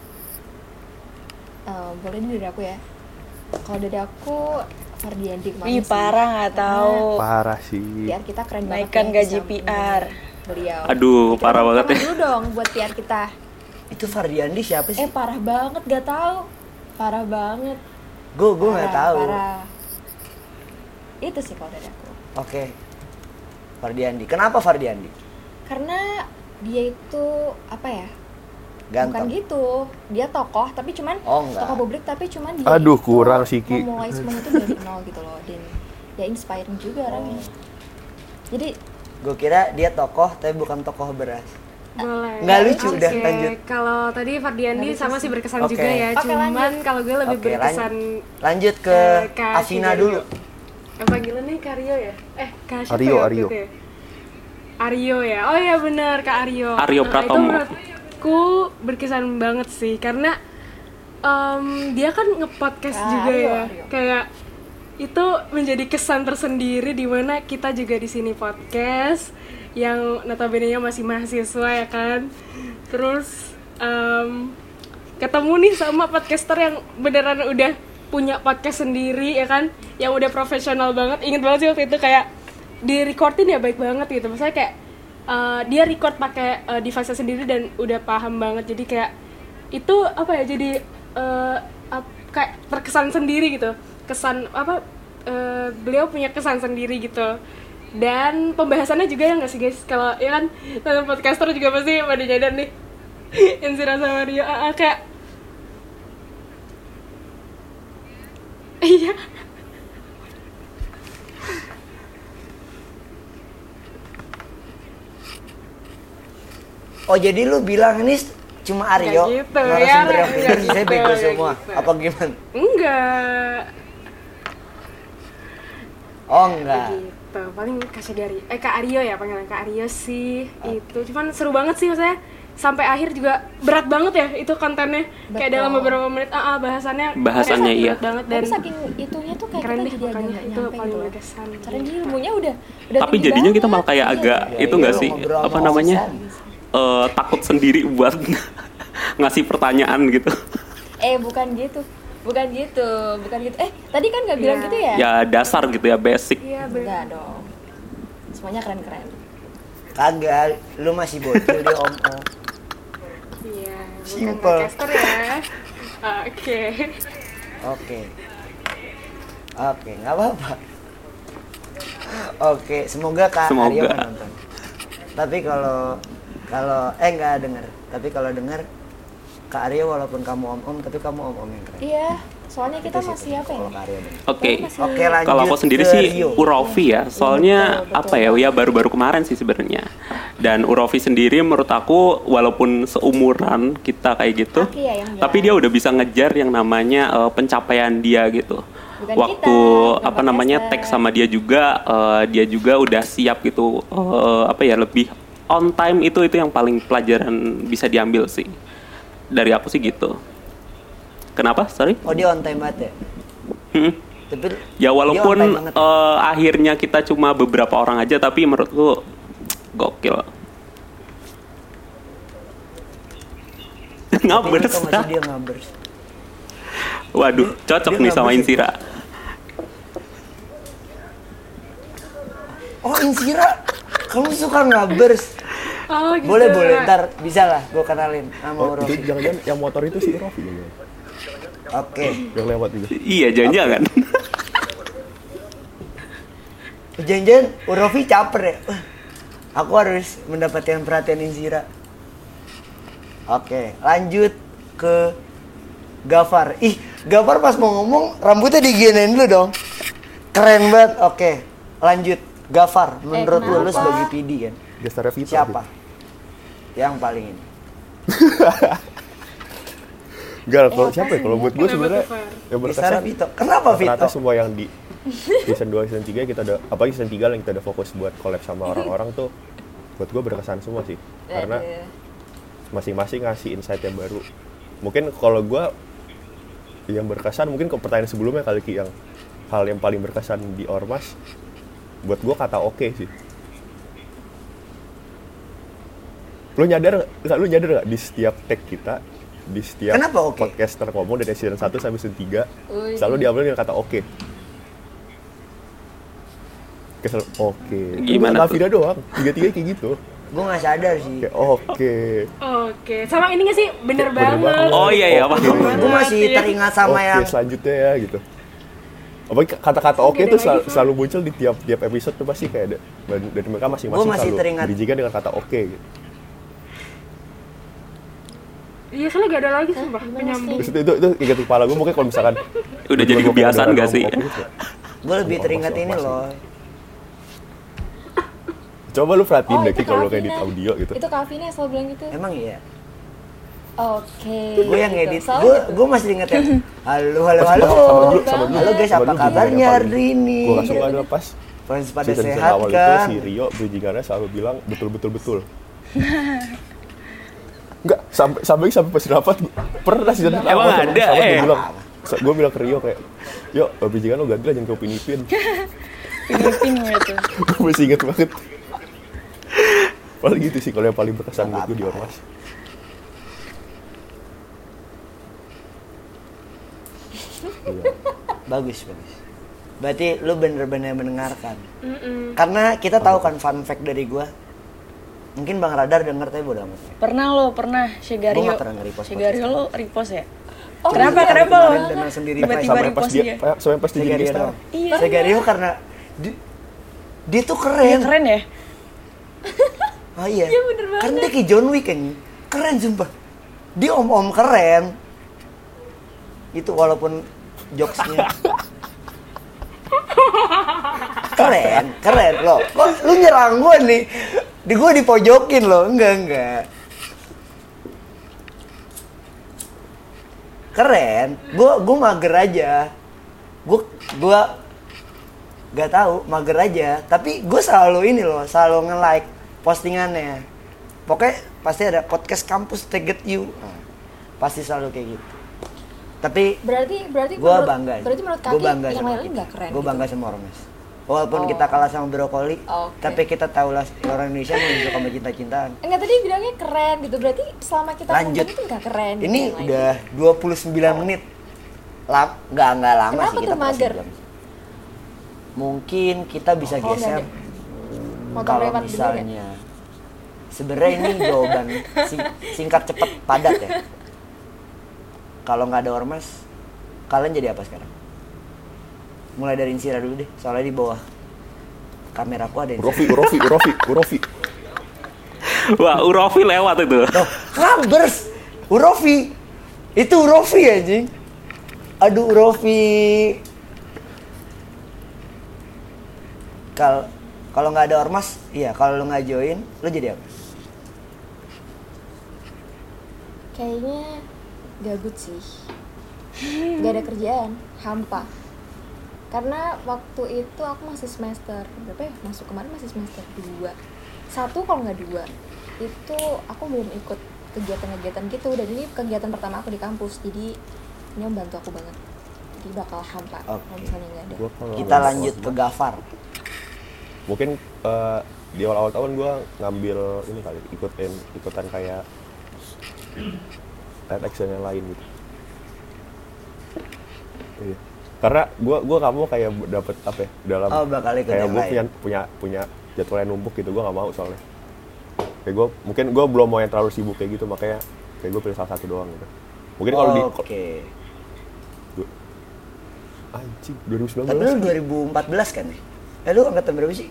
A: Eh, boleh nih dari aku ya. Kalau dari aku Fardiandi kemarin
G: Ih
A: sih.
G: parah nggak tahu.
E: Parah sih.
A: P R kita keren banget.
G: Naikkan
A: ya,
G: gaji
A: bisa
G: P R.
A: Beliau.
C: Aduh,
A: Kita
C: parah
A: tepuk
C: banget
A: tangan
C: ya.
A: dulu dong buat P R kita.
F: Itu Fardiandi siapa sih?
A: Eh parah banget, gak tahu. Parah banget.
F: Gue gue nggak
A: Parah,
F: tahu.
A: Parah. Itu sih kalau dari aku.
F: Oke. Fardiandi. Kenapa Fardiandi?
A: Karena dia itu apa ya? Bukan
F: Ganteng.
A: gitu. Dia tokoh tapi cuman
F: Oh, enggak.
A: tokoh publik tapi cuman dia
E: Aduh,
A: itu
E: kurang, Siki.
A: memulai semua itu dari nol gitu loh. Dan ya inspiring juga orangnya. Jadi
F: Gue kira dia tokoh tapi bukan tokoh beras.
B: Boleh.
F: Nggak lucu,
B: Oke,
F: udah, lanjut.
B: Kalau tadi Fardiandi sama sih berkesan
F: Oke.
B: juga ya.
A: Oke,
B: Cuman
A: lanjut.
B: kalau gue lebih
F: Oke,
B: berkesan
F: lanjut, lanjut ke
B: eh, Kak
F: Afina
B: Shigeru.
F: dulu.
B: Yang panggilan nih Kak Aryo ya? Eh, Kak siapa
E: Aryo,
B: ya waktu
E: Aryo.
B: itu ya? Aryo ya? Oh iya benar, Kak Aryo.
C: Aryo
B: Nah,
C: Pratomo.
B: Itu menurutku berkesan banget sih, karena em, dia kan nge-podcast
A: Kak
B: juga
A: Aryo,
B: ya.
A: Aryo.
B: Kayak itu menjadi kesan tersendiri di mana kita juga di sini podcast yang notabene-nya masih mahasiswa ya kan. Terus em, ketemu nih sama podcaster yang beneran udah punya podcast sendiri ya kan, yang udah profesional banget. Ingat banget sih waktu itu kayak di recordin ya baik banget gitu. Maksudnya kayak eh, dia record pakai eh, device sendiri dan udah paham banget. Jadi kayak itu apa ya, jadi eh, ap- kayak terkesan sendiri gitu. Kesan apa eh, beliau punya kesan sendiri gitu. Dan pembahasannya juga ya nggak sih guys, kalau ya kan nonton podcaster juga pasti pada nyadar nih Insira sama Rio ah, ah, kayak iya.
F: Oh jadi lu bilang ini cuma Aryo,
B: Nggak gitu,
F: narasumber
B: ya,
F: yang
B: nggak
F: pintar,
B: gitu,
F: sisanya bego
B: nggak
F: semua.
B: gitu.
F: Apa gimana?
B: Enggak
F: Oh enggak.
B: gitu, paling kasih dari eh Kak Aryo ya, panggilan Kak Aryo sih. Itu cuman seru banget sih, maksudnya sampai akhir juga berat banget ya itu kontennya. Kayak
A: Betul.
B: dalam beberapa menit ah, ah, bahasannya
C: Bahasannya,
B: berat
C: iya.
B: banget. Dan
A: tapi saking itunya tuh kayak
B: keren
A: kita
B: deh,
A: jadi agak
B: makanya
A: nggak
B: itu
A: nyampe
B: paling
A: gitu loh.
B: berkesan.
A: Karena dia ilmunya udah udah
C: Tapi
A: tinggi
C: jadinya kita
A: banget.
C: malah kayak
A: Iya.
C: agak
F: Ya,
C: itu
F: iya,
C: nggak
F: lo
C: sih,
F: ngobrol
C: apa
F: sama
C: namanya,
F: Osan.
C: Eh, takut sendiri buat ngasih pertanyaan gitu.
A: Eh bukan gitu, bukan gitu, bukan gitu. Eh tadi kan nggak bilang
B: Iya.
A: gitu ya?
C: Ya dasar gitu ya, basic.
B: Iya
A: Enggak
B: benar.
A: dong. Semuanya keren-keren.
F: Kagak, lu masih bocil dia om om.
B: Iya, bukan
F: Simple.
B: podcaster ya. Oke.
F: Oke. Oke, nggak apa-apa. Oke, semoga Kak
C: Semoga.
F: Aryo menonton. Tapi kalau kalau eh nggak denger. Tapi kalau denger Kak Aryo walaupun kamu om om, tapi kamu om om yang keren.
A: Iya, Soalnya kita
F: Itu sih
A: masih apa ya?
F: kalau Karya deh.
C: Oke.
A: Masih-
F: Oke, lanjut.
C: Kalau aku sendiri
F: ke
C: sih
F: Rio.
C: Urofi ya, soalnya
A: betul, betul.
C: apa ya, ya baru-baru kemarin sih sebenarnya. Dan Urofi sendiri menurut aku walaupun seumuran kita kayak gitu,
A: Aki ya yang
C: tapi dia udah bisa ngejar yang namanya eh, pencapaian dia gitu.
A: Bukan
C: Waktu
A: kita, bukan
C: apa namanya
A: podcaster.
C: tag sama dia juga, eh, dia juga udah siap gitu. eh, apa ya lebih on time itu itu yang paling pelajaran bisa diambil sih. Dari aku sih gitu. Kenapa? Sorry.
F: Oh dia on time banget ya.
C: Hmm.
F: Tapi
C: Ya walaupun
F: dia on time banget.
C: eh, akhirnya kita cuma beberapa orang aja, tapi menurutku gokil.
F: Tapi lu
C: Ngabers.
F: tau gak sih dia ngabers.
C: Waduh, cocok
F: dia
C: nih sama
F: ngabers ya?
C: Insira.
F: Oh Insira, kamu suka ngabers?
B: Oh gitu.
F: Boleh boleh, ntar bisa lah gue kenalin sama
E: Oh,
F: Urofi.
E: itu jangan-jangan yang motor itu si Rofi jangan.
F: Oke.
E: Yang lewat juga.
C: Iya, jangan-jangan.
F: Jangan-jangan Urofi caper ya. Wah, aku harus mendapatkan perhatian Insira. Oke, lanjut ke Gafar. Ih, Gafar pas mau ngomong rambutnya diginiin dulu dong. Keren banget. Oke, lanjut. Gafar, menurut lu, lu
A: kenapa?
F: sebagai P D kan?
E: Gestarnya Vito.
F: Siapa? Yang paling ini?
E: Enggak, kalau siapa ya? Kalau buat gue
B: Kenapa
E: sebenarnya
B: tuh, Far?
E: yang
F: Gestar
E: berkesan.
F: Vito. Kenapa
E: Rata-rata
F: Vito?
E: semua yang di season dua, season tiga kita udah, apalagi season tiga yang kita udah fokus buat collab sama orang-orang tuh, buat gue berkesan semua sih. Karena
A: Aduh.
E: masing-masing ngasih insight yang baru. Mungkin kalau gue yang berkesan, mungkin ke pertanyaan sebelumnya kali Ki, yang hal yang paling berkesan di Ormas, buat gue kata oke sih. Lu nyadar nggak? Lu nyadar nggak di setiap tag kita, di setiap
F: Kenapa oke?
E: podcaster ngomong dari season satu sampai season tiga,
A: Wih.
E: selalu diawali dengan kata oke. Kesel oke.
C: Gimana
E: Nggak
C: tuh?
E: Vida doang, tiga-tiga kayak gitu.
F: Gue gak sadar sih.
E: Kayak oke.
B: Oke, sama ini gak sih? Bener,
E: Bener
B: banget.
E: banget.
C: Oh iya iya,
E: Oke.
C: paham.
F: Gue masih teringat sama
E: Oke,
F: yang
E: selanjutnya ya gitu. Apalagi kata-kata oke
B: Beda
E: tuh
B: lagi,
E: selalu,
B: Far.
E: selalu muncul di tiap tiap episode tuh pasti kayak ada, dari mereka masing-masing
F: Gua masih
E: selalu
F: teringat.
E: berizikan dengan kata oke gitu.
B: Iya, soalnya gak ada lagi sumpah penyambung.
E: Terus itu, itu, itu ingat di kepala gue, mungkin kalau misalkan
C: Udah jadi
E: gua
C: kebiasaan
E: pengen
C: gak sih?
E: ngomong oke gitu.
F: gue lebih
E: Ormas,
F: teringat ini
E: ormas
F: loh.
E: Coba lu perhatiin
A: Oh,
E: deh
A: itu
E: Ki, kalau kayak
A: Kak
E: edit
A: Vina.
E: audio gitu.
A: Itu Kak Vina yang selalu bilang gitu.
F: Emang iya.
A: Oke.
F: Gue yang
A: gitu.
F: edit.
A: Soalnya
F: Gue
A: gitu.
F: gue masih inget ya. Halo halo
E: Pas-
F: halo.
E: sama dulu, sama dulu.
F: Halo guys,
E: Sama
F: apa
E: dulu
F: kabarnya
E: yang paling
F: hari ini?
E: Gue gak suka adalah pas
F: Fans pada
E: season
F: sehat
E: awal
F: kan?
E: itu si Rio berizikannya selalu bilang betul betul betul. Enggak, sampai sampai sampai pas rapat pernah season
C: Emang
E: awal,
C: ada,
E: sama
C: eh?
E: Gue bilang, gue bilang ke Rio kayak, yuk berizikan lo ganti lah jangan ke Upin Ipin.
G: Ping-ping gitu.
E: Gue masih inget banget. Paling gitu sih kalau yang paling berkesan buat gue di Ormas. Iya.
F: Bagus bagus. Berarti lu bener-bener mendengarkan.
B: Mm-mm.
F: Karena kita tahu kan fun fact dari gue. Mungkin Bang Radar denger tapi bodo amat.
G: Pernah lo, pernah
F: Gue
G: Shegario.
F: gak pernah nge-repost
G: Shegario lo repost ya?
A: Oh,
G: kenapa?
A: iya.
G: Kenapa lo?
F: Kemarin dan langsung di repost.
G: Tiba-tiba
E: Sampai pas
G: repost
E: dia,
G: dia.
E: eh, sampai pas dia jadi
F: Segario
E: star.
F: doang.
G: Iya.
F: Segario karena di, dia tuh keren.
G: Iya keren ya?
F: Oh iya. Karena dia kayak John Wick kan. Keren sumpah. Dia om-om keren. Itu walaupun jokesnya. Keren, keren loh. Kok lu nyerang gue nih? Di gue dipojokin loh. Enggak, enggak. Keren. Gue gue mager aja. Gue gue gak tahu, mager aja. Tapi gue selalu ini loh, selalu nge-like postingannya. Pokoknya pasti ada podcast kampus target you. Nah, pasti selalu kayak gitu. Tapi
A: Berarti berarti
F: gue
A: menurut-
F: bangga.
A: Berarti menurut
F: Gua
A: Kaki
F: bangga
A: yang
F: sama
A: lain
F: kita.
A: nggak keren.
F: Gue
A: gitu?
F: bangga sama Ormas. Walaupun
A: Oh.
F: kita kalah sama Brokoli,
A: Oke.
F: tapi kita tahu lah orang Indonesia yang suka sama cinta-cintaan.
A: Enggak, tadi bilangnya keren gitu. Berarti selama kita
F: Lanjut.
A: nonton itu nggak keren. gitu
F: Ini
A: yang lain.
F: udah dua puluh sembilan menit. Lam, nggak nggak lama
A: Kenapa
F: sih kita
A: tuh mager?
F: pas jam. Mungkin kita bisa
A: Kalau nggak
F: geser
A: ada. Motor
F: kalau
A: lewat dulu ya?
F: misalnya. Sebenarnya ini jawaban sing- singkat cepat padat ya. Kalau nggak ada Ormas, kalian jadi apa sekarang? Mulai dari Insira dulu deh, soalnya di bawah kameraku ada Insira.
E: Urofi, Urofi, Urofi, Urofi.
C: Wah, Urofi lewat itu.
F: Loh, ngabers! Urofi! Itu Urofi anjing. Aduh Rofi. Kalau kalau nggak ada ormas, iya kalau lu nggak join, lu jadi apa?
A: Kayaknya gabut sih. Gak ada kerjaan, hampa. Karena waktu itu aku masih semester berapa ya? Masuk kemarin masih semester dua. Satu kalau nggak dua. Itu aku belum ikut kegiatan-kegiatan gitu, dan ini kegiatan pertama aku di kampus. Jadi ini membantu aku banget. Jadi bakal hampa
F: Oke.
A: kalau misalnya nggak ada.
E: Gua kalau
F: Kita
E: ada
F: lanjut ke
E: ormas,
F: Gafar.
E: mungkin eh, di awal-awal tahun gue ngambil ini kali ikutin ikutan kayak live action yang lain gitu. Iya. Karena gue gue nggak mau kayak dapet apa ya dalam
F: Oh, bakal ikut
E: kayak
F: yang
E: gue
F: lain.
E: punya punya punya jadwal yang numpuk gitu, gue nggak mau soalnya. Kayak gue mungkin gue belum mau yang terlalu sibuk kayak gitu, makanya kayak gue pilih salah satu doang gitu. Mungkin kalau di
F: Oke.
E: anjing dua ribu sembilan
F: Tapi
E: belas
F: lu dua ribu empat belas kan ya? Eh lu angkatan berapa sih?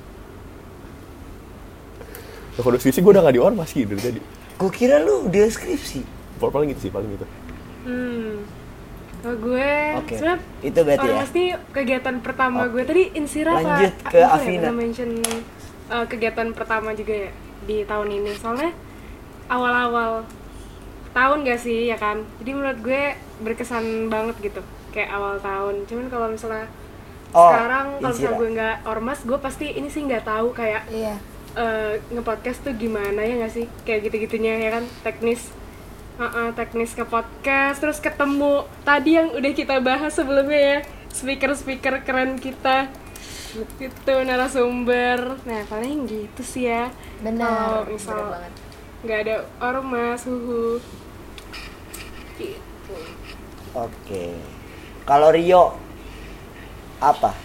E: Nah, kalau skripsi gue udah gak di ormas gitu dari tadi.
F: Gue kira lu dia skripsi.
E: Paling gitu sih, paling gitu.
B: Hmm. Kalau gue,
F: Oke.
B: sebenarnya
F: Itu berarti ya.
B: ormas nih kegiatan pertama
F: Oke.
B: gue tadi Insira apa?
F: Lanjut
B: Ah,
F: ke
B: Insira ya,
F: Afina.
B: pernah mention uh, kegiatan pertama juga ya di tahun ini. Soalnya awal-awal tahun gak sih ya kan? Jadi menurut gue berkesan banget gitu kayak awal tahun. Cuman kalau misalnya
F: Oh,
B: sekarang kalau
F: Insira.
B: misalnya gue nggak ormas, gue pasti ini sih nggak tahu kayak
A: Iya.
B: uh, nge-podcast tuh gimana ya nggak sih, kayak gitu-gitunya ya kan, teknis uh-uh, teknis nge-podcast, terus ketemu tadi yang udah kita bahas sebelumnya ya, speaker-speaker keren kita gitu, narasumber. Nah paling gitu sih ya.
A: Benar.
B: Kalau misal
A: Benar banget.
B: nggak ada ormas, huhu gitu.
F: Oke. Kalau Rio apa?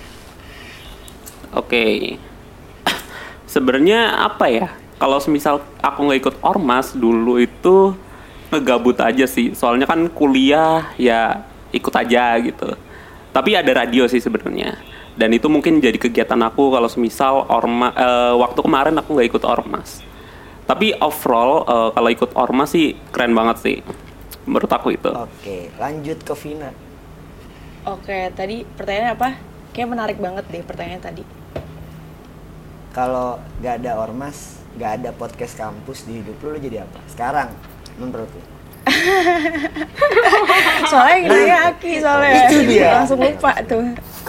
C: Oke. Sebenarnya apa ya? Kalau semisal aku nggak ikut ormas dulu itu ngegabut aja sih. Soalnya kan kuliah ya ikut aja gitu. Tapi ada radio sih sebenarnya. Dan itu mungkin jadi kegiatan aku kalau semisal orma eh, waktu kemarin aku nggak ikut ormas. Tapi overall eh, kalau ikut ormas sih keren banget sih. Menurut aku itu.
F: Oke, lanjut ke Vina.
G: Oke, tadi pertanyaannya apa? Kayak menarik banget deh pertanyaan tadi.
F: Kalau gak ada ormas, gak ada podcast kampus di hidup lu, lu jadi apa? Sekarang, menurut lu?
G: Soalnya yang nanya Aki soalnya.
F: Itu dia.
G: Langsung lupa tuh.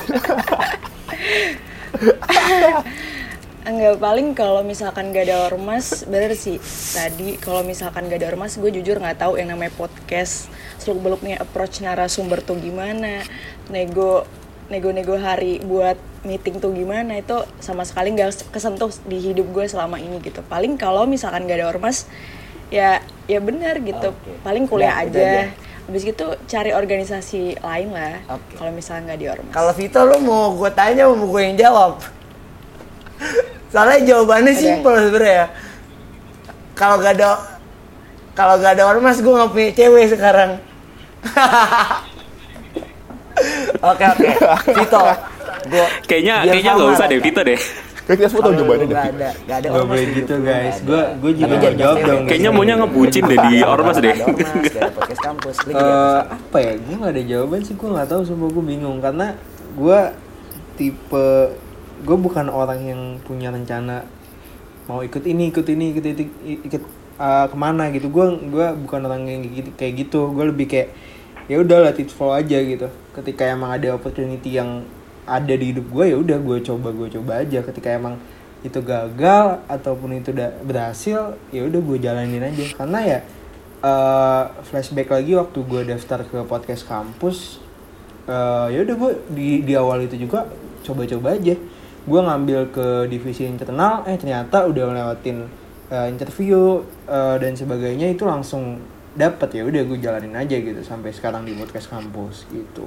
G: Enggak, paling kalau misalkan gak ada ormas, bener sih tadi kalau misalkan gak ada ormas, gue jujur nggak tahu yang namanya podcast, seluk beluknya approach narasumber tuh gimana, nego nego-nego hari buat meeting tuh gimana, itu sama sekali nggak kesentuh di hidup gue selama ini gitu. Paling kalau misalkan gak ada ormas, ya ya bener gitu,
F: Oke.
G: paling kuliah
F: Udah, itu
G: aja.
F: aja.
G: Habis gitu cari organisasi lain lah.
F: Oke.
G: Kalau misalnya nggak di ormas.
F: Kalau Vito lu mau gue tanya, mau gue yang jawab? Soalnya jawabannya
G: Oke.
F: simpel sebenarnya. Kalau gak ada kalau gak ada ormas, gue nggak punya cewek sekarang. Oke oke, Vito. Gua
C: Kayaknya
F: biar
C: kayaknya nggak
F: sama
C: usah
F: lah,
C: deh
F: Kak.
C: Vito deh.
E: Kayak kita semua tahu
F: Kalau
E: jawabannya
F: lu
E: deh.
F: Gak ada, gak ada
D: Nggak
F: ormas
D: boleh
F: di
D: gitu,
F: hidup lu,
D: guys.
F: nggak ada.
D: Gua- gua juga
F: Tapi
D: mau
F: jangan
D: jawab
F: cewek.
D: dong.
C: Kayaknya maunya ngebucin deh di ormas deh.
F: Gak ada ormas, gak ada podcast kampus. Lu jadi apa
D: Eh,
F: sih?
D: apa ya? Gue nggak ada jawaban sih. Gue nggak tahu. Sumpah gue bingung karena gue tipe gue bukan orang yang punya rencana mau ikut ini, ikut ini, ikut ikut, ikut uh, kemana gitu. Gue gue bukan orang yang gitu, kayak gitu. Gue lebih kayak ya udah let it flow aja gitu. Ketika emang ada opportunity yang ada di hidup gue, ya udah gue coba gue coba aja. Ketika emang itu gagal ataupun itu udah berhasil, ya udah gue jalanin aja. Karena ya uh, flashback lagi waktu gue daftar ke podcast kampus, uh, ya udah gue di di awal itu juga coba-coba aja. Gue ngambil ke divisi internal, eh ternyata udah ngelewatin uh, interview uh, dan sebagainya, itu langsung dapet. Ya udah gue jalanin aja gitu sampai sekarang di podcast kampus gitu.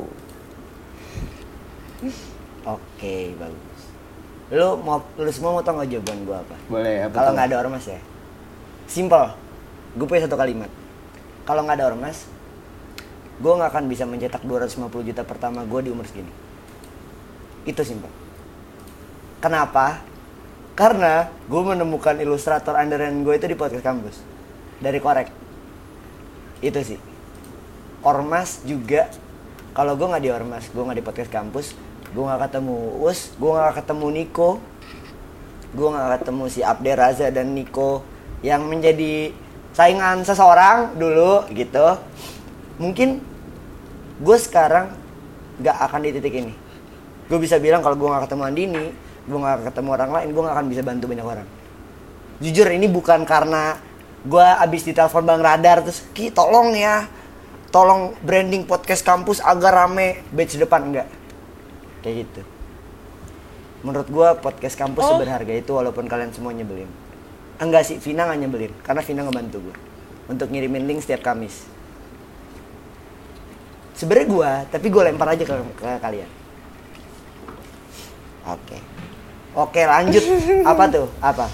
F: Oke, bagus. Lu mau lu semua mau tau nggak jawaban gue apa?
D: Boleh apa
F: Kalau
D: tuh?
F: nggak ada ormas ya, simple. Gue punya satu kalimat. Kalau nggak ada ormas, gue nggak akan bisa mencetak dua ratus lima puluh juta pertama gue di umur segini. Itu simple. Kenapa? Karena gue menemukan ilustrator andalan gue itu di podcast kampus dari Korek. Itu sih. Ormas juga kalau gue nggak di Ormas, gue nggak di podcast kampus, gue nggak ketemu Us, gue nggak ketemu Niko, gue nggak ketemu si Abde, Raza dan Niko yang menjadi saingan seseorang dulu gitu. Mungkin gue sekarang nggak akan di titik ini. Gue bisa bilang kalau gue nggak ketemu Andini, gue nggak ketemu orang lain, gue nggak akan bisa bantu banyak orang. Jujur ini bukan karena gue abis ditelepon Bang Radar terus Ki tolong ya, tolong branding podcast kampus agar rame batch depan, enggak kayak gitu. Menurut gue podcast kampus
G: Oh.
F: seberharga itu walaupun kalian semua nyebelin. Enggak sih, Vina nggak nyebelin karena Vina ngebantu gue untuk ngirimin link setiap Kamis. Sebenernya gue, tapi gue lempar aja ke, ke kalian. Oke, oke lanjut. Apa tuh? Apa?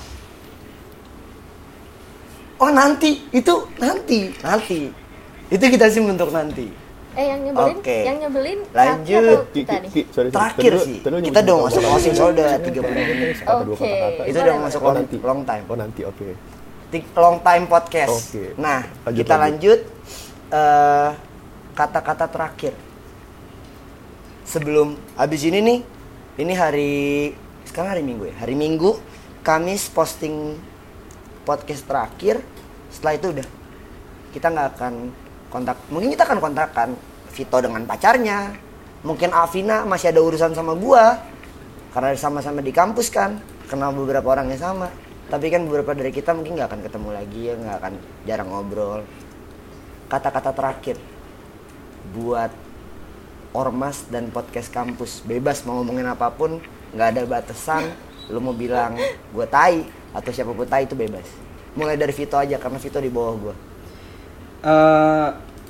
F: Oh nanti, itu nanti, nanti. Itu kita sih untuk nanti.
A: Eh yang nyebelin,
F: Oke.
A: yang nyebelin
F: Lanjut.
A: Kaki atau
E: Ki,
A: kita
E: ki,
A: nih?
E: ki, sorry, sorry.
F: Terakhir
E: Tadi lu-
F: sih.
E: tadi lu
F: Kita
E: nyebutin
F: dong
E: kalau
F: masuk
E: ngomong
F: closing
E: kayak-
F: soalnya
E: kayak-
F: tiga puluh menit.
E: Kata dua
A: Oke.
E: kata-kata.
F: Itu
A: Boleh,
F: udah
A: boleh.
F: masuk
E: Oh
F: long,
E: nanti.
F: long time.
E: Oh nanti, oke.
F: Tik- Long time podcast.
E: Oke.
F: Nah,
E: Lanjut,
F: kita
E: lanjut.
F: lanjut. eh, kata-kata terakhir. Sebelum habis ini nih, ini hari sekarang hari Minggu ya. Hari Minggu, Kamis posting podcast terakhir. Setelah itu udah kita nggak akan kontak. Mungkin kita akan kontakkan Vito dengan pacarnya. Mungkin Avina masih ada urusan sama gua karena sama-sama di kampus kan, kenal beberapa orang yang sama. Tapi kan beberapa dari kita mungkin nggak akan ketemu lagi ya, nggak akan jarang ngobrol. Kata-kata terakhir buat Ormas dan podcast kampus, bebas mau ngomongin apapun, nggak ada batasan. Lu mau bilang gua tai atau siapapun tai itu bebas. Mulai dari Vito aja karena Vito di bawah gua.
D: Eh,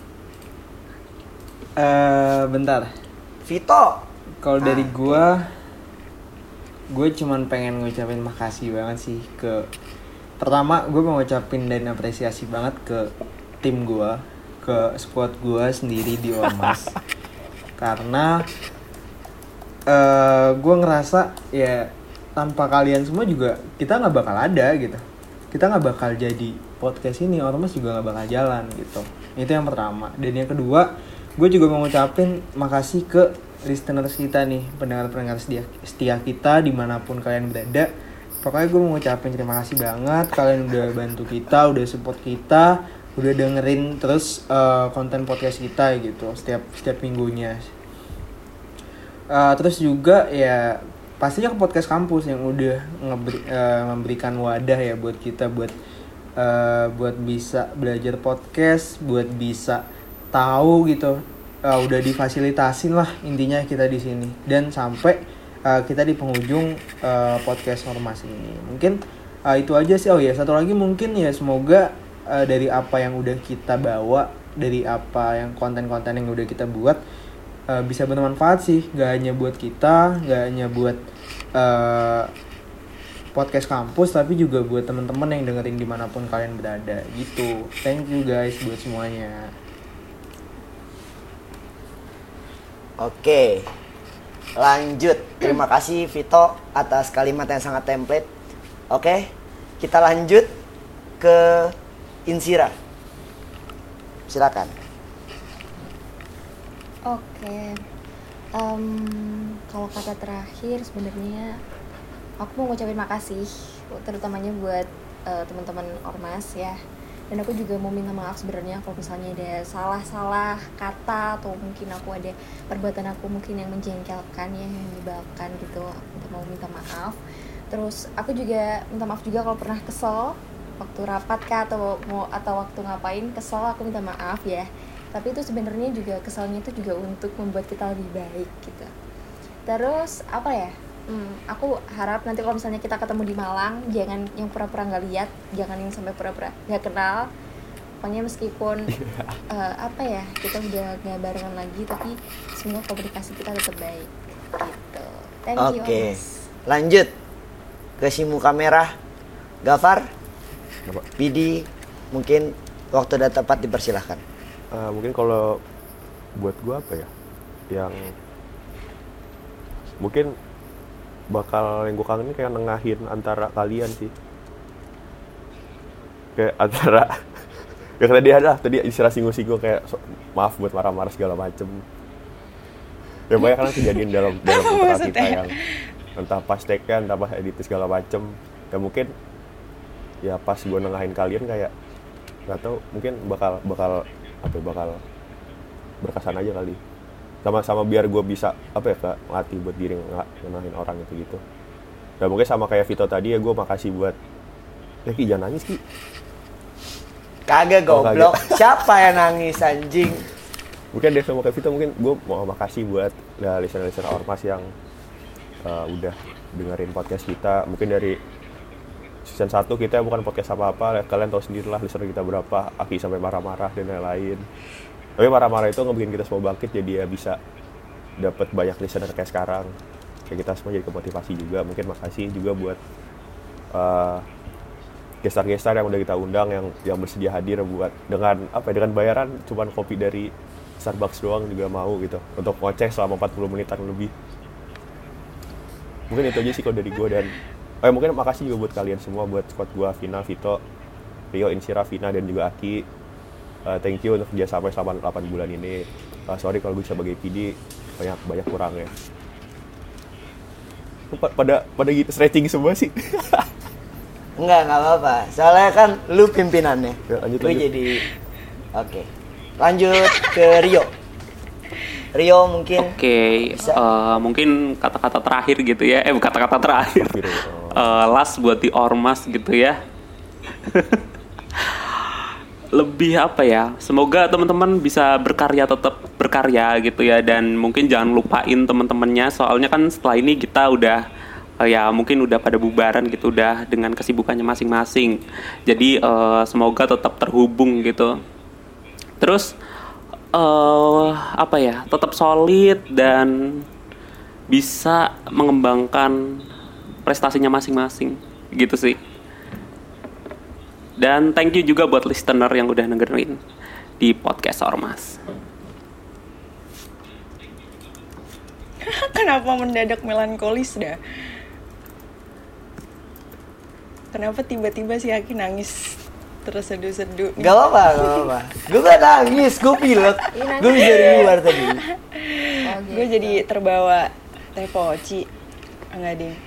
D: eh, bentar.
F: Vito,
D: Kalau dari
F: Ah,
D: gua, gue cuman pengen ngucapin makasih banget sih ke, pertama gue mau ngucapin dan apresiasi banget ke tim gua, ke squad gua sendiri di Ormas. Karena eh gue ngerasa ya tanpa kalian semua juga kita nggak bakal ada gitu. Kita nggak bakal jadi podcast ini, Ormas juga nggak bakal jalan gitu. Itu yang pertama. Dan yang kedua, gue juga mau ngucapin makasih ke listeners kita nih, pendengar-pendengar setia, setia kita dimanapun kalian berada. Pokoknya gue mau ngucapin terima kasih banget, kalian udah bantu kita, udah support kita, udah dengerin terus uh, konten podcast kita gitu setiap setiap minggunya. Uh, terus juga ya pastinya ke podcast kampus yang udah ngeberi, uh, memberikan wadah ya buat kita buat uh, buat bisa belajar podcast, buat bisa tahu gitu. Uh, udah difasilitasin lah intinya kita di sini dan sampai uh, kita di penghujung uh, podcast Ormas ini. Mungkin uh, itu aja sih. Oh ya, satu lagi mungkin ya semoga uh, dari apa yang udah kita bawa, dari apa yang konten-konten yang udah kita buat uh, bisa bermanfaat sih, gak hanya buat kita, gak hanya buat uh, podcast kampus, tapi juga buat teman-teman yang dengerin dimanapun kalian berada gitu. Thank you guys buat semuanya.
F: Oke, lanjut. Terima kasih Vito atas kalimat yang sangat template. Oke, kita lanjut ke Insira. Silakan.
A: Oke, Em, kalau kata terakhir sebenarnya aku mau ngucapin makasih, terutamanya buat eh, teman-teman Ormas ya. Dan aku juga mau minta maaf sebenarnya kalau misalnya ada salah-salah kata atau mungkin aku ada perbuatan aku mungkin yang menjengkelkan ya, yang menyebalkan gitu. Aku mau minta maaf. Terus aku juga minta maaf juga kalau pernah kesel waktu rapat kah atau mau atau waktu ngapain kesel, aku minta maaf ya. Tapi itu sebenarnya juga keselnya itu juga untuk membuat kita lebih baik gitu. Terus apa ya? Hmm, aku harap nanti kalau misalnya kita ketemu di Malang, jangan yang pura-pura nggak lihat, jangan yang sampai pura-pura nggak kenal. Pokoknya meskipun uh, apa ya, kita udah nggak barengan lagi, tapi semoga komunikasi kita tetap baik. Gitu. Thank you.
F: Oke,
A: Mas.
F: lanjut ke si muka merah. Gafar,
E: Apa?
F: Pidi, mungkin waktu udah tepat dipersilahkan.
E: Eh, mungkin kalau buat gua apa ya, yang mungkin bakal yang gue kangenin kayak nengahin antara kalian sih, kayak antara ya karena dia ada tadi istilah singgung-singgung kayak so, maaf buat marah-marah segala macem, Ya banyak kan kejadian dalam dalam
G: Apa
E: usaha kita
G: maksudnya?
E: yang entah pas take entah pas edit segala macem. Ya mungkin ya pas gue nengahin kalian kayak nggak tahu mungkin bakal bakal apa ya, bakal berkesan aja kali. Sama-sama biar gue bisa apa ya kak latih buat diri nggak nengahin orang gitu gitu. Dan mungkin sama kayak Vito tadi ya gue makasih buat ya Ki jangan nangis Ki.
F: Kagak
E: Oh,
F: goblok.
E: kagak.
F: Siapa yang nangis anjing?
E: Mungkin deh sama kayak Vito mungkin gue mau makasih buat ya, listener-listener Ormas yang uh, udah dengerin podcast kita. Mungkin dari season satu kita bukan podcast apa-apa, kalian tahu sendirilah listener kita berapa, Aki sampai marah-marah dan lain-lain. Tapi marah-marah itu ngebikin kita semua bangkit jadi ya bisa dapat banyak listener kayak sekarang. Kayak kita semua jadi kemotivasi juga. Mungkin makasih juga buat uh, gestar-gestar yang udah kita undang yang yang bersedia hadir buat dengan apa ya, dengan bayaran cuman kopi dari Starbucks doang juga mau gitu untuk ngoceh selama empat puluh menitan lebih. Mungkin itu aja sih kalau dari gue dan oh ya, mungkin makasih juga buat kalian semua, buat squad gue, Vina, Vito, Rio, Insira, Vina dan juga Aki. Uh, thank you untuk kerja sampai selama delapan bulan ini. Uh, sorry kalau gue sebagai P D banyak banyak kurangnya. Pada pada gitu stretching semua sih.
F: Enggak, enggak apa-apa. Soalnya kan lu pimpinannya.
E: Ya, lanjut,
F: Lu
E: lanjut.
F: jadi oke. Lanjut ke Rio. Rio mungkin
C: Oke,
F: Bisa.
C: eh, mungkin kata-kata terakhir gitu ya. Eh, bukan kata-kata terakhir. Eh, last buat di Ormas gitu ya. Lebih apa ya? Semoga teman-teman bisa berkarya, tetap berkarya gitu ya, dan mungkin jangan lupain teman-temannya. Soalnya kan setelah ini kita udah eh, ya mungkin udah pada bubaran gitu, udah dengan kesibukannya masing-masing. Jadi eh, semoga tetap terhubung gitu. Terus eh apa ya? Tetap solid dan bisa mengembangkan prestasinya masing-masing gitu sih. Dan thank you juga buat listener yang udah dengerin di podcast Ormas.
G: Kenapa mendadak melankolis dah? Kenapa tiba-tiba si Aki nangis terseduh-seduh?
F: Gak apa-apa, gak apa-apa. Gue gak nangis, gue pilek. Gue bisa dari luar tadi.
A: Oh,
G: Gue
A: gitu.
G: jadi terbawa teh poci. Enggak ding.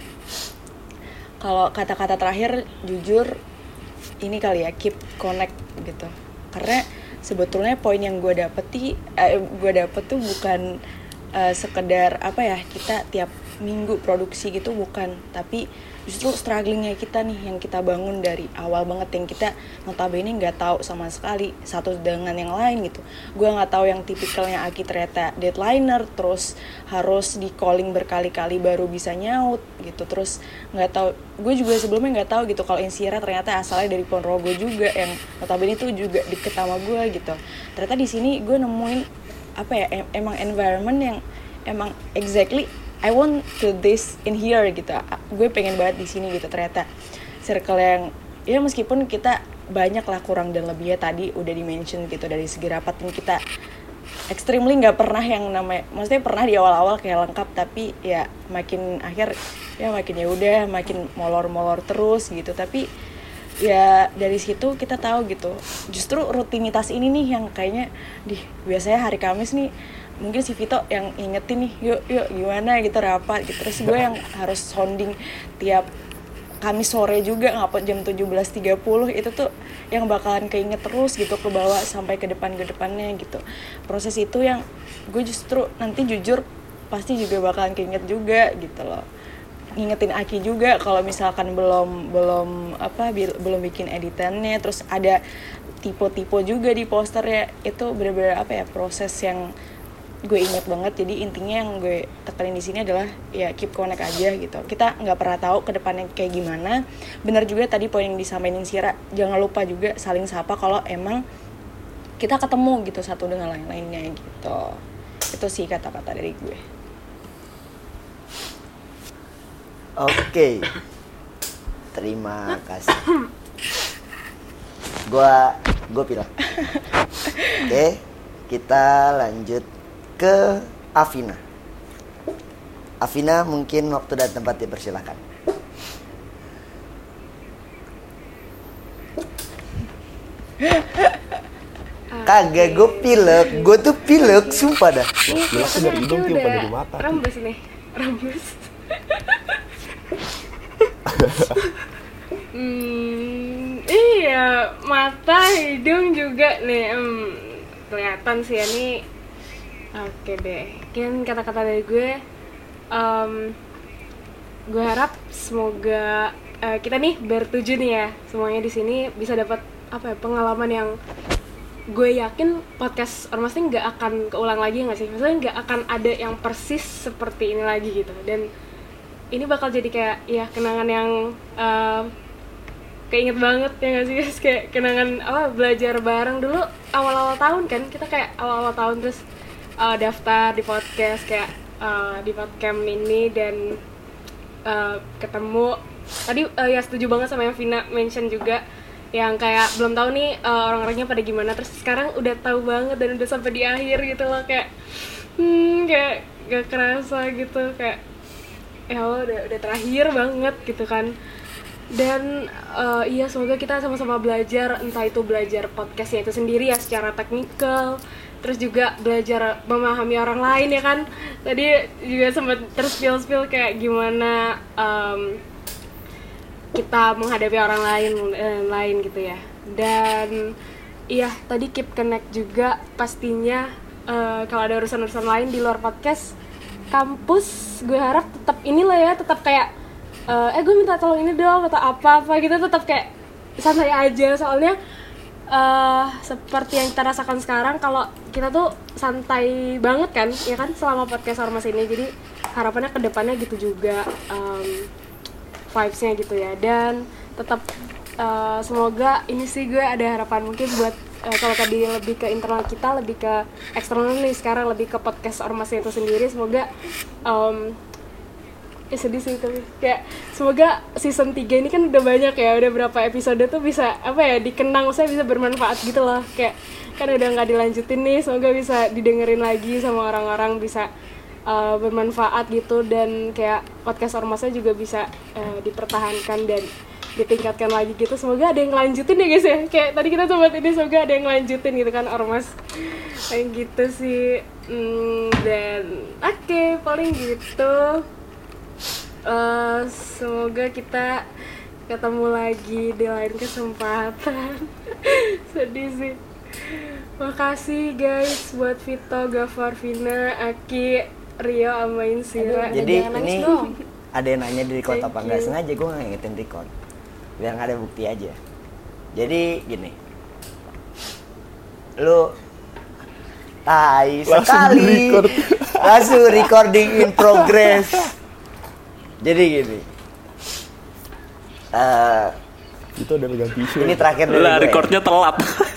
G: Kalau kata-kata terakhir jujur ini kali ya, keep connect gitu. Karena sebetulnya poin yang gue dapet ti, eh, gue dapet tuh bukan eh, sekedar apa ya, kita tiap minggu produksi gitu, bukan, tapi justru strugglingnya kita nih yang kita bangun dari awal banget, yang kita notabene nggak tahu sama sekali satu dengan yang lain gitu. Gue nggak tahu yang tipikalnya Aki ternyata deadliner, terus harus di calling berkali-kali baru bisa nyaut gitu. Terus nggak tahu, gue juga sebelumnya nggak tahu gitu kalau Insira ternyata asalnya dari Ponorogo juga, yang notabene itu juga deket sama gue gitu. Ternyata di sini gue nemuin apa ya, em- emang environment yang emang exactly I want to this in here gitu. Gue pengen banget di sini gitu. Ternyata circle yang ya meskipun kita banyak lah kurang dan lebihnya tadi udah di-mention gitu dari segi rapat, dan kita extremely nggak pernah yang namanya, maksudnya pernah di awal-awal kayak lengkap, tapi ya makin akhir ya makin ya udah makin molor-molor terus gitu. Tapi ya dari situ kita tahu gitu, justru rutinitas ini nih yang kayaknya di biasanya hari Kamis nih mungkin si Vito yang ingetin nih, yuk yuk gimana gitu rapat gitu. Terus gue yang harus sounding tiap Kamis sore juga ngapa jam tujuh belas tiga puluh, itu tuh yang bakalan keinget terus gitu ke bawah sampai ke depan ke depannya gitu. Proses itu yang gue justru nanti jujur pasti juga bakalan keinget juga gitu loh. Ngingetin Aki juga kalau misalkan belum belum apa bil, belum bikin editannya, terus ada tipe-tipe juga di posternya, itu benar-benar apa ya, proses yang gue ingat banget. Jadi intinya yang gue tekanin di sini adalah ya keep connect aja gitu. Kita nggak pernah tahu ke depannya kayak gimana. Benar juga tadi poin yang disampaikan Sira, jangan lupa juga saling sapa kalau emang kita ketemu gitu satu dengan lain-lainnya gitu. Itu sih kata-kata dari gue.
F: Oke. Terima kasih. Gua gua pilih. Oke, kita lanjut ke Afina. Afina, mungkin waktu dan tempat dipersilakan. Kagak, gue pilek, gue tuh pilek, sumpah dah.
B: Ini
E: Pilek tuh dari hidung,
B: kelihatannya
E: tiup
B: udah
E: dari mata.
B: rembes nih, rembes. Hmm, iya, mata, hidung juga nih, hmm, kelihatan sih ya nih. Oke deh, mungkin kata-kata dari gue, um, gue harap semoga uh, kita nih bertujuh nih ya, semuanya di sini bisa dapat apa ya, pengalaman yang gue yakin podcast Ormas ini nggak akan keulang lagi nggak sih? Maksudnya nggak akan ada yang persis seperti ini lagi gitu. Dan ini bakal jadi kayak ya kenangan yang uh, keinget banget ya nggak sih? Kayak kenangan apa belajar bareng dulu awal-awal tahun kan, kita kayak awal-awal tahun terus uh, daftar di podcast kayak uh, di podcast ini dan uh, ketemu tadi uh, ya setuju banget sama yang Vina mention juga. Yang kayak belum tahu nih uh, orang-orangnya pada gimana, terus sekarang udah tahu banget dan udah sampai di akhir gitu loh, kayak hmm kayak gak kerasa gitu, kayak ya Allah udah udah terakhir banget gitu kan. Dan uh, iya semoga kita sama-sama belajar, entah itu belajar podcastnya itu sendiri ya secara teknikal, terus juga belajar memahami orang lain ya kan. Tadi juga sempat terspill-spill kayak gimana um, kita menghadapi orang lain eh, lain gitu ya. Dan iya tadi keep connect juga pastinya. Uh, kalau ada urusan-urusan lain di luar podcast kampus, gue harap tetap inilah ya, tetap kayak uh, eh gue minta tolong ini dong atau apa-apa gitu, tetap kayak santai aja. Soalnya uh, seperti yang kita rasakan sekarang, kalau kita tuh santai banget kan ya kan selama podcast Ormas ini. Jadi harapannya ke depannya gitu juga, um, vibes-nya gitu ya. Dan tetap uh, semoga ini sih gue ada harapan mungkin buat uh, kalau tadi lebih ke internal kita, lebih ke eksternal nih, sekarang lebih ke podcast Ormasnya itu sendiri. Semoga um, ya sedih sih tapi kayak semoga season tiga ini kan udah banyak ya, udah berapa episode tuh bisa apa ya dikenang, saya bisa bermanfaat gitu loh. Kayak kan udah nggak dilanjutin nih, semoga bisa didengerin lagi sama orang-orang, bisa Uh, bermanfaat gitu. Dan kayak podcast Ormasnya juga bisa uh, dipertahankan dan ditingkatkan lagi gitu. Semoga ada yang lanjutin ya guys ya, kayak tadi kita coba ini, semoga ada yang lanjutin gitu kan Ormas kayak gitu sih. hmm, Dan oke okay, paling gitu. uh, Semoga kita ketemu lagi di lain kesempatan. Sedih sih. Makasih guys buat Vito, Gafar, Vina, Aki, Rio, sama Insira.
F: Jadi ini
A: dong.
F: ada yang nanya di record
B: Thank
F: apa enggak,
B: you.
F: sengaja gue nggak ngingetin record biar nggak ada bukti aja. Jadi gini, lu tai
E: Langsung
F: sekali
E: di-record.
F: langsung recording in progress. Jadi gini, uh,
E: Itu ada megang tisu.
F: ini terakhir dari
C: Lah
F: gue.
C: recordnya telat.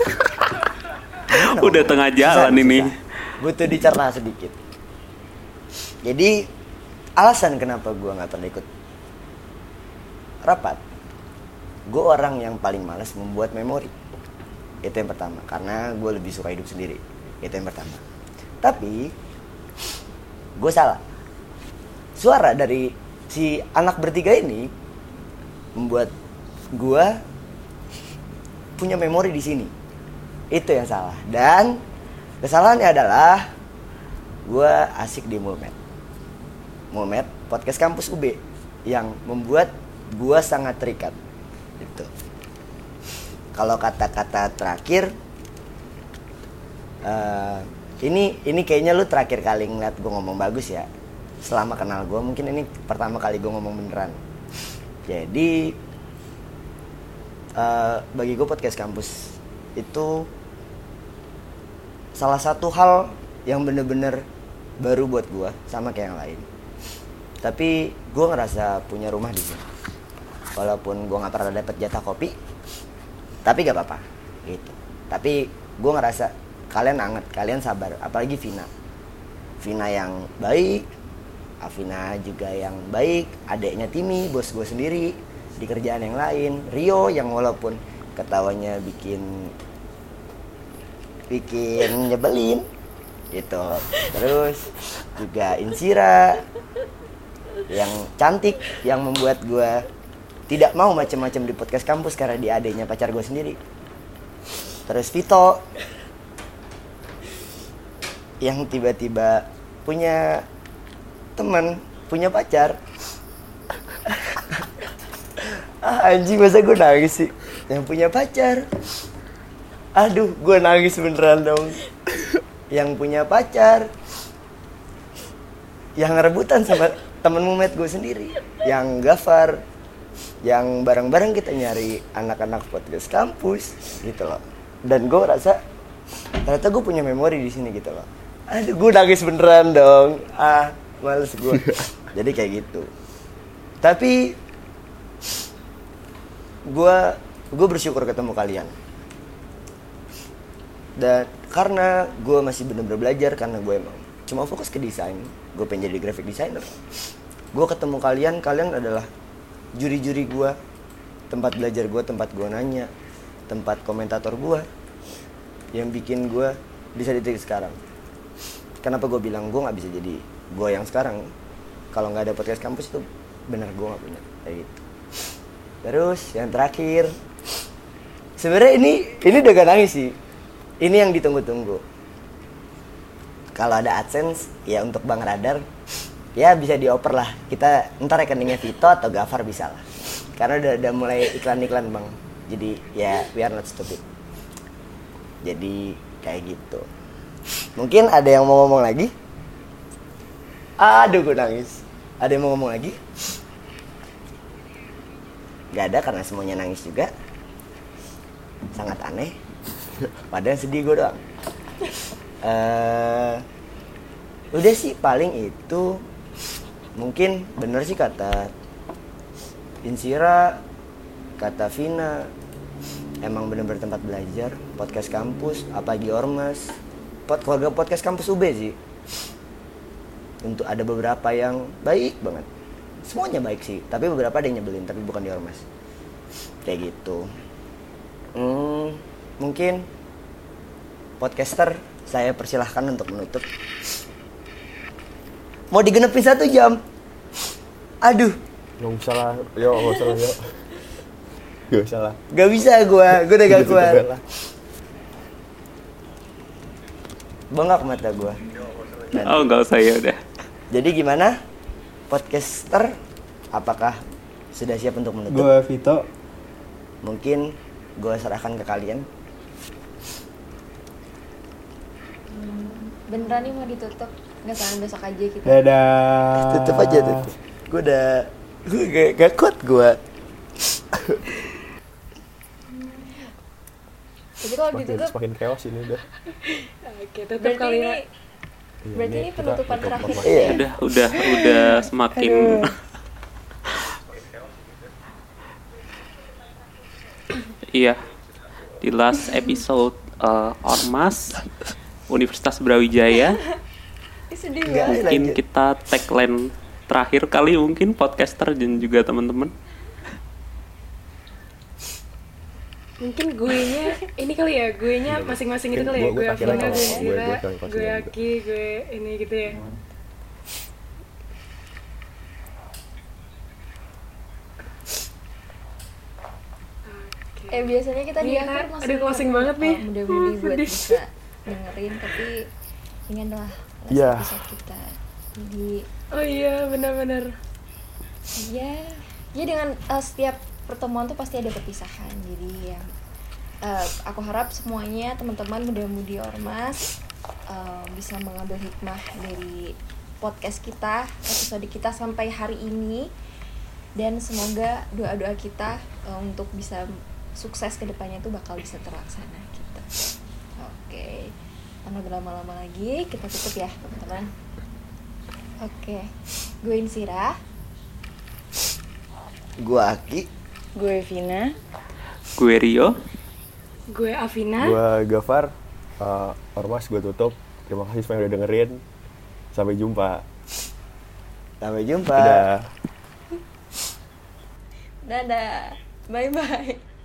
C: Udah tengah jalan
F: Susah,
C: ini.
F: susah. Butuh dicerna sedikit. Jadi alasan kenapa gue nggak pernah ikut rapat, gue orang yang paling malas membuat memori. Itu yang pertama, karena gue lebih suka hidup sendiri. Itu yang pertama. Tapi gue salah. Suara dari si anak bertiga ini membuat gue punya memori di sini. Itu yang salah. Dan kesalahannya adalah gue asik di Mulmed. Mulmed, podcast kampus U B yang membuat gue sangat terikat. Gitu. Kalau kata-kata terakhir, uh, ini ini kayaknya lu terakhir kali ngeliat gue ngomong bagus ya. Selama kenal gue, mungkin ini pertama kali gue ngomong beneran. Jadi uh, bagi gue podcast kampus itu salah satu hal yang bener-bener baru buat gue, sama kayak yang lain. Tapi gue ngerasa punya rumah di sini. Walaupun gue nggak pernah dapet jatah kopi, tapi gak apa-apa, gitu. Tapi gue ngerasa kalian anget, kalian sabar, apalagi Vina. Vina yang baik, Afina juga yang baik, adeknya Timi, bos gue sendiri di kerjaan yang lain, Rio yang walaupun ketawanya bikin bikin nyebelin gitu. Terus juga Insira yang cantik, yang membuat gue tidak mau macam-macam di podcast kampus karena dia adeknya pacar gue sendiri. Terus Vito yang tiba-tiba punya teman, punya pacar. Ah, anjing, masa gue nangis sih? Yang punya pacar. Aduh, gue nangis beneran dong. Yang punya pacar, yang rebutan sama temen mumet gue sendiri, yang Gafar, yang bareng-bareng kita nyari anak-anak podcast kampus gitu loh. Dan gue rasa ternyata gue punya memori di sini gitu loh. Aduh, gue nangis beneran dong. Ah, males gue. Jadi kayak gitu. Tapi gue gue bersyukur ketemu kalian. Dan karena gue masih bener-bener belajar, karena gue emang cuma fokus ke desain, gue pengen jadi graphic designer. Gue ketemu kalian, kalian adalah juri-juri gue, tempat belajar gue, tempat gue nanya, tempat komentator gue, yang bikin gue bisa di titik sekarang. Kenapa gue bilang gue nggak bisa jadi gue yang sekarang? Kalau nggak ada podcast kampus itu bener gue nggak punya kayak gitu. Terus yang terakhir, sebenarnya ini ini udah gak nangis sih. Ini yang ditunggu-tunggu. Kalau ada AdSense, ya untuk Bang Radar, ya bisa dioper lah. Kita ntar rekeningnya Vito atau Gafar bisa lah. Karena udah, udah mulai iklan-iklan Bang. Jadi ya we are not stupid. Jadi kayak gitu. Mungkin ada yang mau ngomong lagi? Aduh, gue nangis. Ada yang mau ngomong lagi? Gak ada karena semuanya nangis juga. Sangat aneh. Padahal sedih gue doang. Uh, udah sih paling itu. Mungkin bener sih kata Insira, kata Vina, emang bener-bener tempat belajar. Podcast kampus, apalagi Ormas, Pod, keluarga podcast kampus U B sih. Untuk ada beberapa yang baik banget. Semuanya baik sih, tapi beberapa ada yang nyebelin, tapi bukan di Ormas. Kayak gitu. Hmm, mungkin podcaster saya persilahkan untuk menutup. Mau digenepin satu jam. Aduh.
E: Gak usah lah, yo gak usah lah, yo. Gak usah lah.
F: Gak bisa gue, gue udah gak kuat. Bengak mata gue.
C: Oh gak usah, ya udah.
F: Jadi gimana? Podcaster, apakah sudah siap untuk menutup?
D: Gue Vito.
F: Mungkin gue serahkan ke kalian.
A: Beneran nih mau ditutup? Nggak salah, besok aja kita.
D: Dadah.
F: Tutup aja tuh. Gue udah, gue gak, gak kuat gue.
A: Jadi kalau
E: Semakin,
A: ditutup,
E: semakin chaos ini udah.
B: Oke, tutup
A: berarti
B: kali
A: ini,
B: ya.
A: berarti ini
E: kita
A: penutupan
E: tutup
A: terakhir.
E: podcast.
F: Iya.
C: Udah, udah, udah semakin. Iya, di last episode uh, Ormas Universitas Brawijaya.
A: Ih, sedih
F: Nggak.
A: banget.
C: Mungkin
F: lanjut.
C: kita tagline terakhir kali mungkin podcaster dan juga teman-teman.
B: Mungkin gue nya ini kali ya, gue nya masing-masing gitu kali ya.
E: Gue-
B: Gue
E: gue
B: Afina,
E: akhirnya
B: gue
E: kalau- gue-
B: Insira,
E: gue paling
B: gue
E: konsen
B: Aki, gue ini gitu ya. Oke.
A: Eh biasanya kita di
B: Iya,
A: akhir
B: Kak.
A: masih
B: Aduh, closing banget nih.
A: oh, mudah-mudi
B: Uh,
A: buat
B: sedih.
A: bisa dengerin, tapi ini adalah last
E: Iya.
A: episode kita. Jadi
B: Oh iya, benar-benar.
A: ya, ya dengan uh, setiap pertemuan tuh pasti ada perpisahan. Jadi ya, uh, aku harap semuanya teman-teman muda-mudi Ormas uh, bisa mengambil hikmah dari podcast kita, episode kita sampai hari ini, dan semoga doa-doa kita uh, untuk bisa sukses kedepannya tuh bakal bisa terlaksana gitu. Oke, tanpa berlama-lama lagi kita tutup ya teman-teman. Oke, gue Insira.
F: Gue Aki.
G: Gue Vina.
C: Gue Rio.
B: Gue Afina.
E: Gue Gafar. Uh, Ormas gue tutup. Terima kasih semua yang udah dengerin. Sampai jumpa.
F: Sampai jumpa.
E: Dadah.
A: Dadah. Bye bye.